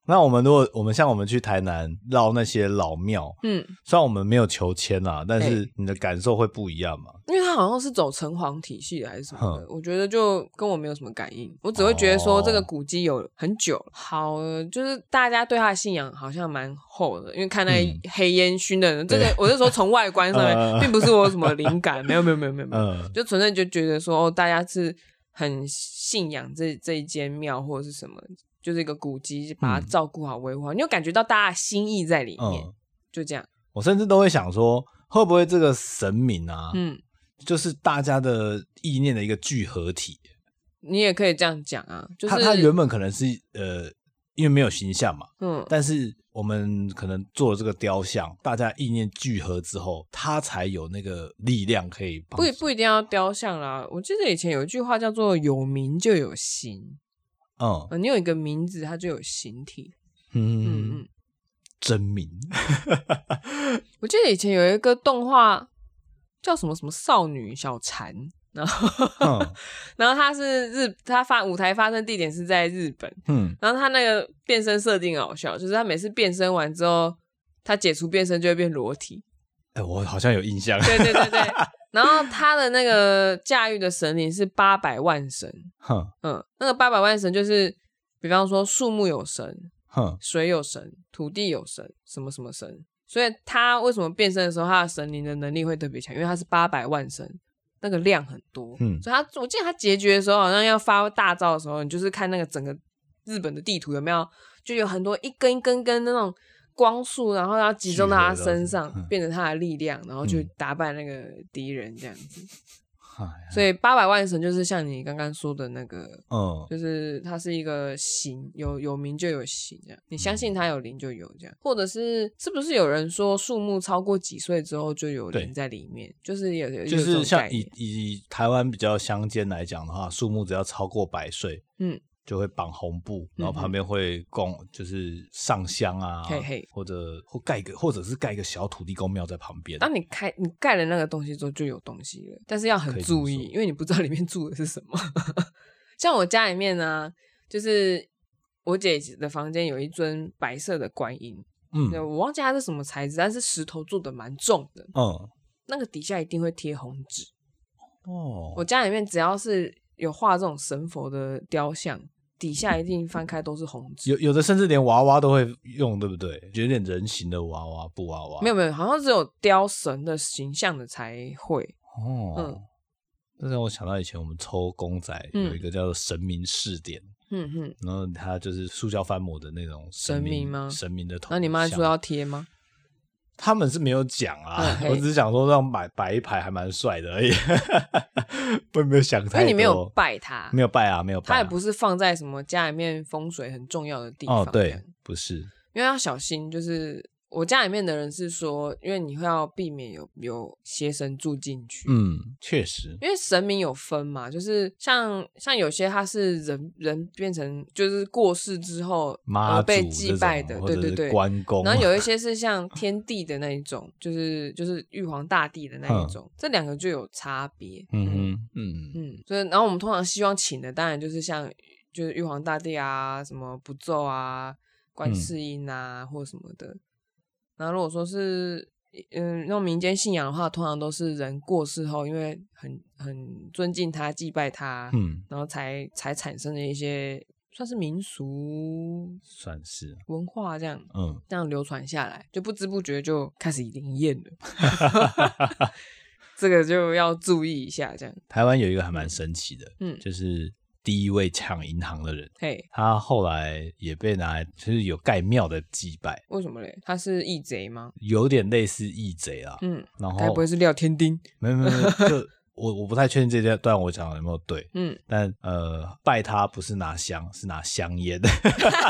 那我们如果我们像我们去台南绕那些老庙，嗯，虽然我们没有求签啦，但是你的感受会不一样嘛？ 因为它好像是走城隍体系的还是什么的，我觉得就跟我没有什么感应，我只会觉得说这个古迹有很久了，好，就是大家对它的信仰好像蛮厚的，因为看那黑烟熏的人，嗯、这个我是说从外观上面，并不是我有什么灵感，没有没有没有没有没有，嗯、就纯粹就觉得说哦，大家是很信仰这这一间庙或者是什么。就是一个古迹，把它照顾好维护好，嗯、你有感觉到大家的心意在里面，嗯、就这样。 我甚至都会想说，会不会这个神明啊，嗯，就是大家的意念的一个聚合体？ 你也可以这样讲啊，就是他他原本可能是呃，因为没有形象嘛，嗯，但是我们可能做了这个雕像，大家意念聚合之后，他才有那个力量可以帮不不一定要雕像啦。我记得以前有一句话叫做"有名就有形"。嗯、呃，你有一个名字，它就有形体。嗯嗯嗯， 真名。 我记得以前有一个动画叫什么什么少女小蝉，然后、嗯、然后它是日，它发舞台发生地点是在日本。嗯，然后它那个变身设定好笑，就是它每次变身完之后，它解除变身就会变裸体。 哎、欸，我好像有印象。 对对对对。然后他的那个驾驭的神灵是八百万神，嗯，那个八百万神就是，比方说树木有神，水有神，土地有神，什么什么神，所以他为什么变身的时候，他的神灵的能力会特别强，因为他是八百万神，那个量很多，嗯，所以他我记得他结局的时候，好像要发大招的时候，你就是看那个整个日本的地图有没有，就有很多一根一根根那种。光束，然后要集中到他身上，变成他的力量，然后去打败那个敌人这样子。嗯、所以八百万神就是像你刚刚说的那个，嗯，就是它是一个形，有有名就有形这样。你相信它有灵就有这样，或者是是不是有人说树木超过几岁之后就有灵在里面？就是有有就是像以以台湾比较乡间来讲的话，树木只要超过百岁，嗯。就会绑红布，然后旁边会供，就是上香啊， 嘿嘿或者或盖个，或者是盖一个小土地公庙在旁边。 当你开你盖了那个东西之后，就有东西了，但是要很注意，因为你不知道里面住的是什么。像我家里面呢、啊，就是我姐的房间有一尊白色的观音，嗯，我忘记它是什么材质，但是石头做的蛮重的，嗯，那个底下一定会贴红纸。哦，我家里面只要是有画这种神佛的雕像。底下一定翻开都是红纸， 有有的甚至连娃娃都会用，对不对？有点人形的娃娃、布娃娃， 没有没有，好像只有雕神的形象的才会。哦，嗯， 这让我想到以前我们抽公仔、嗯、有一个叫做神明试点，嗯哼，然后它就是塑胶翻模的那种神明, 神明吗？ 神明的头像。 那你妈说要贴吗？ 他们是没有讲啊，我只是想说让摆摆一排还蛮帅的而已，我也没有想太多。 因为你没有拜他， 没有拜啊，没有拜、啊。 他也不是放在什么家里面风水很重要的地方。 哦，对，不是， 因为要小心，就是我家里面的人是说，因为你会要避免有有邪神住进去。 嗯，确实， 因为神明有分嘛，就是像像有些他是人人变成就是过世之后而被祭拜的，对对对， 关公。 然后有一些是像天地的那一种，就是就是玉皇大帝的那一种，这两个就有差别。嗯嗯嗯嗯，所以然后我们通常希望请的当然就是像就是玉皇大帝啊，什么不咒啊、观世音啊、嗯、或什么的。然后如果说是嗯那种民间信仰的话，通常都是人过世后，因为很很尊敬他、祭拜他，嗯，然后才才产生的一些算是民俗， 算是文化这样，嗯，这样流传下来，就不知不觉就开始灵验了。这个就要注意一下，这样。 台湾有一个还蛮神奇的，嗯，就是第一位抢银行的人，嘿，他后来也被拿来，就是有盖庙的祭拜。 为什么嘞？他是义贼吗？ 有点类似义贼啦，嗯，然后该不会是廖天丁？ 没有没有，就我我不太确定这段我讲的有没有对，嗯，但呃，拜他不是拿香，是拿香烟的。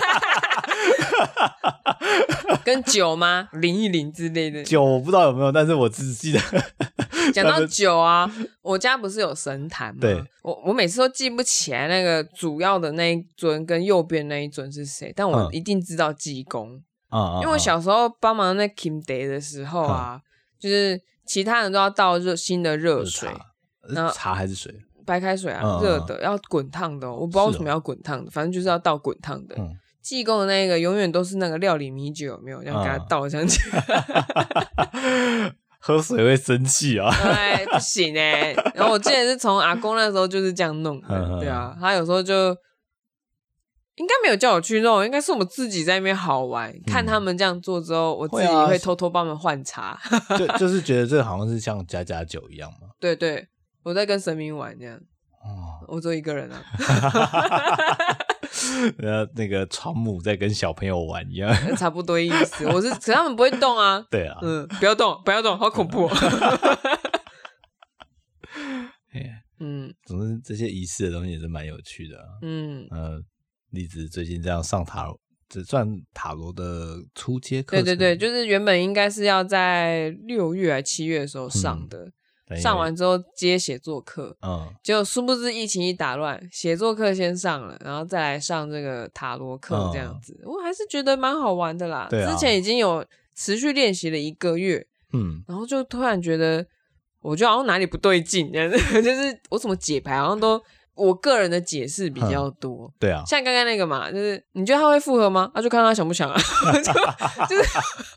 跟酒吗？淋一淋之类的。 酒我不知道有没有，但是我只记得。 讲到酒啊，我家不是有神坛吗？ 对， 我我每次都记不起来那个主要的那一尊跟右边那一尊是谁，但我一定知道济公。嗯，因为我小时候帮忙那 Kim Day 的时候啊，嗯、就是其他人都要倒热新的热水， 茶, 茶还是水？白开水啊，热、嗯、的要滚烫的、哦，我不知道为什么要滚烫的，反正就是要倒滚烫的。嗯， 济公的那个永远都是那个料理米酒，有没有？这样给他倒上去。 嗯喝水会生气啊！ 哎，不行哎、欸。然后我记得是从阿公那时候就是这样弄的，对啊。他有时候就应该没有叫我去弄，应该是我们自己在那边好玩，嗯、看他们这样做之后，我自己会偷偷帮他们换茶。 就就是觉得这好像是像加加酒一样嘛。 对对，我在跟神明玩这样。哦，我只有一个人啊。 然后那个船母在跟小朋友玩一样， 差不多意思。我是，可是他们不会动啊。 对啊， 嗯，不要动，不要动，好恐怖、哦。 嗯，总之这些仪式的东西也是蛮有趣的、啊。嗯，呃，栗子最近这样上塔罗，这算塔罗的初阶课程。 对对对，就是原本应该是要在六月还七月的时候上的。嗯，上完之后接写作课，嗯，结果殊不知疫情一打乱，写作课先上了，然后再来上这个塔罗课这样子，嗯、我还是觉得蛮好玩的啦。对啊，之前已经有持续练习了一个月，嗯，然后就突然觉得，我觉得好像哪里不对劲，就是我怎么解牌好像都我个人的解释比较多。嗯、 对啊， 像刚刚那个嘛，就是你觉得他会复合吗？那、啊、就看他想不想啊，就就是。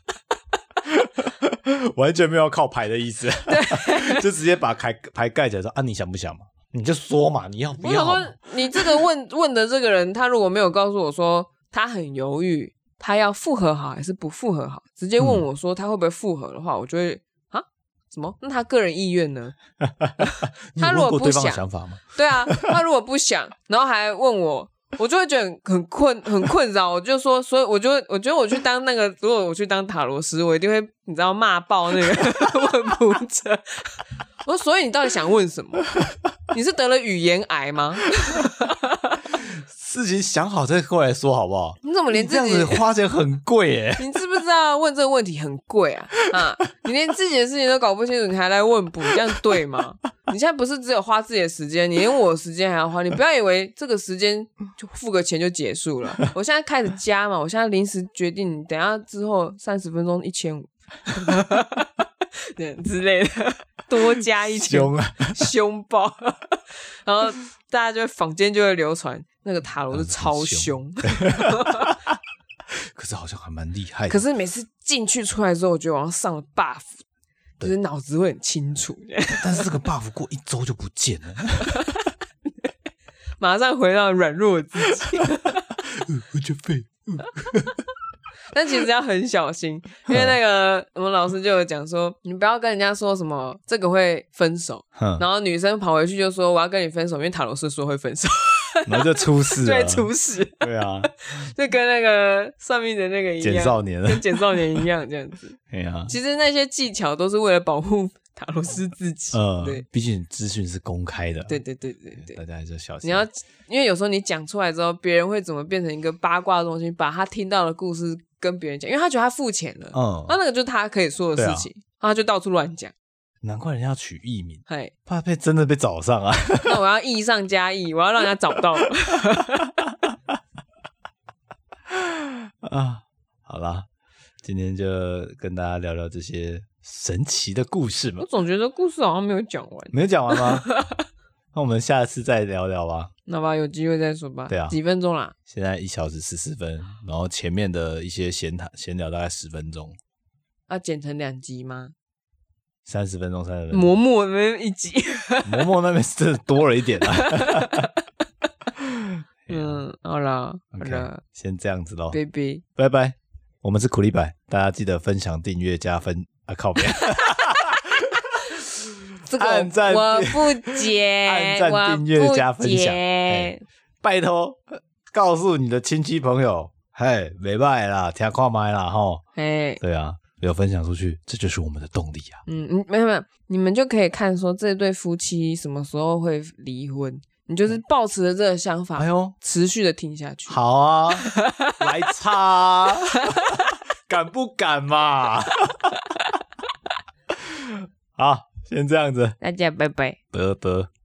完全没有靠牌的意思，对，就直接把牌牌盖起来说啊，你想不想嘛？你就说嘛，你要不要嘛？ 我想说，你这个问问的这个人，他如果没有告诉我说他很犹豫，他要复合好还是不复合好，直接问我说他会不会复合的话，我就会啊，什么？那他个人意愿呢？他如果不想， 对方的想法吗？ 对啊，他如果不想，然后还问我。我就会觉得很困很困扰，我就说，所以我就我觉得我去当那个，如果我去当塔罗师，我一定会你知道骂爆那个问卜者。我说，所以你到底想问什么？你是得了语言癌吗？ 事情想好再过来说好不好？ 你怎么连自己这样子花钱很贵耶？ 你知不知道问这个问题很贵啊？啊，你连自己的事情都搞不清楚，你还来问卜，这样对吗？你现在不是只有花自己的时间，你连我的时间还要花。你不要以为这个时间就付个钱就结束了。我现在开始加嘛，我现在临时决定，等一下之后三十分钟一千五，对之类的，多加一千， 凶啊， 凶爆。然后大家就会坊间就会流传那个塔罗是超凶。 可是好像还蛮厉害的。 可是每次进去出来之后，我觉得我好像上了 buff。就是脑子会很清楚， 但是这个 buff 过一周就不见了， 马上回到软弱的自己， 我就废。 但其实要很小心，因为那个我们老师就有讲说，你不要跟人家说什么这个会分手，然后女生跑回去就说我要跟你分手，因为塔罗师说会分手。 然后就出事了， 对，出事， 对啊， 就跟那个算命的那个一样， 简少年， 跟简少年一样这样子。 对啊， 其实那些技巧都是为了保护塔罗师自己，嗯，对， 毕竟资讯是公开的， 对对对对对， 大家还是要小心。 你要，因为有时候你讲出来之后，别人会怎么变成一个八卦的东西，把他听到的故事跟别人讲，因为他觉得他付钱了，嗯，那那个就是他可以说的事情，啊、他就到处乱讲。 难怪人家要取艺名，怕被真的被找上啊！ 那我要艺上加艺，我要让人家找到。 啊，好啦，今天就跟大家聊聊这些神奇的故事嘛。 我总觉得故事好像没有讲完， 没有讲完吗？那我们下次再聊聊吧。 那吧，有机会再说吧。 对啊， 几分钟啦？ 现在一小时十四分，然后前面的一些闲谈闲聊大概十分钟。 要剪成两集吗？ 三十分钟，三十分钟。 嬷嬷那边一集， 嬷嬷那边是多了一点啊。 嗯，好了，好了， okay, 先这样子咯， 拜拜， 拜拜。我们是苦力白，大家记得分享、订阅、加分啊！靠北， 这个按赞我不接， 按赞、订阅、加分享，拜托，告诉你的亲戚朋友，嘿，没败啦，听看麦啦，吼，哎，对啊。有分享出去，这就是我们的动力啊！ 嗯，没有没有，你们就可以看说这对夫妻什么时候会离婚，你就是抱持着这个想法，哎呦，持续的听下去。 好啊，来插、啊，敢不敢嘛？好，先这样子， 大家拜拜， 得得。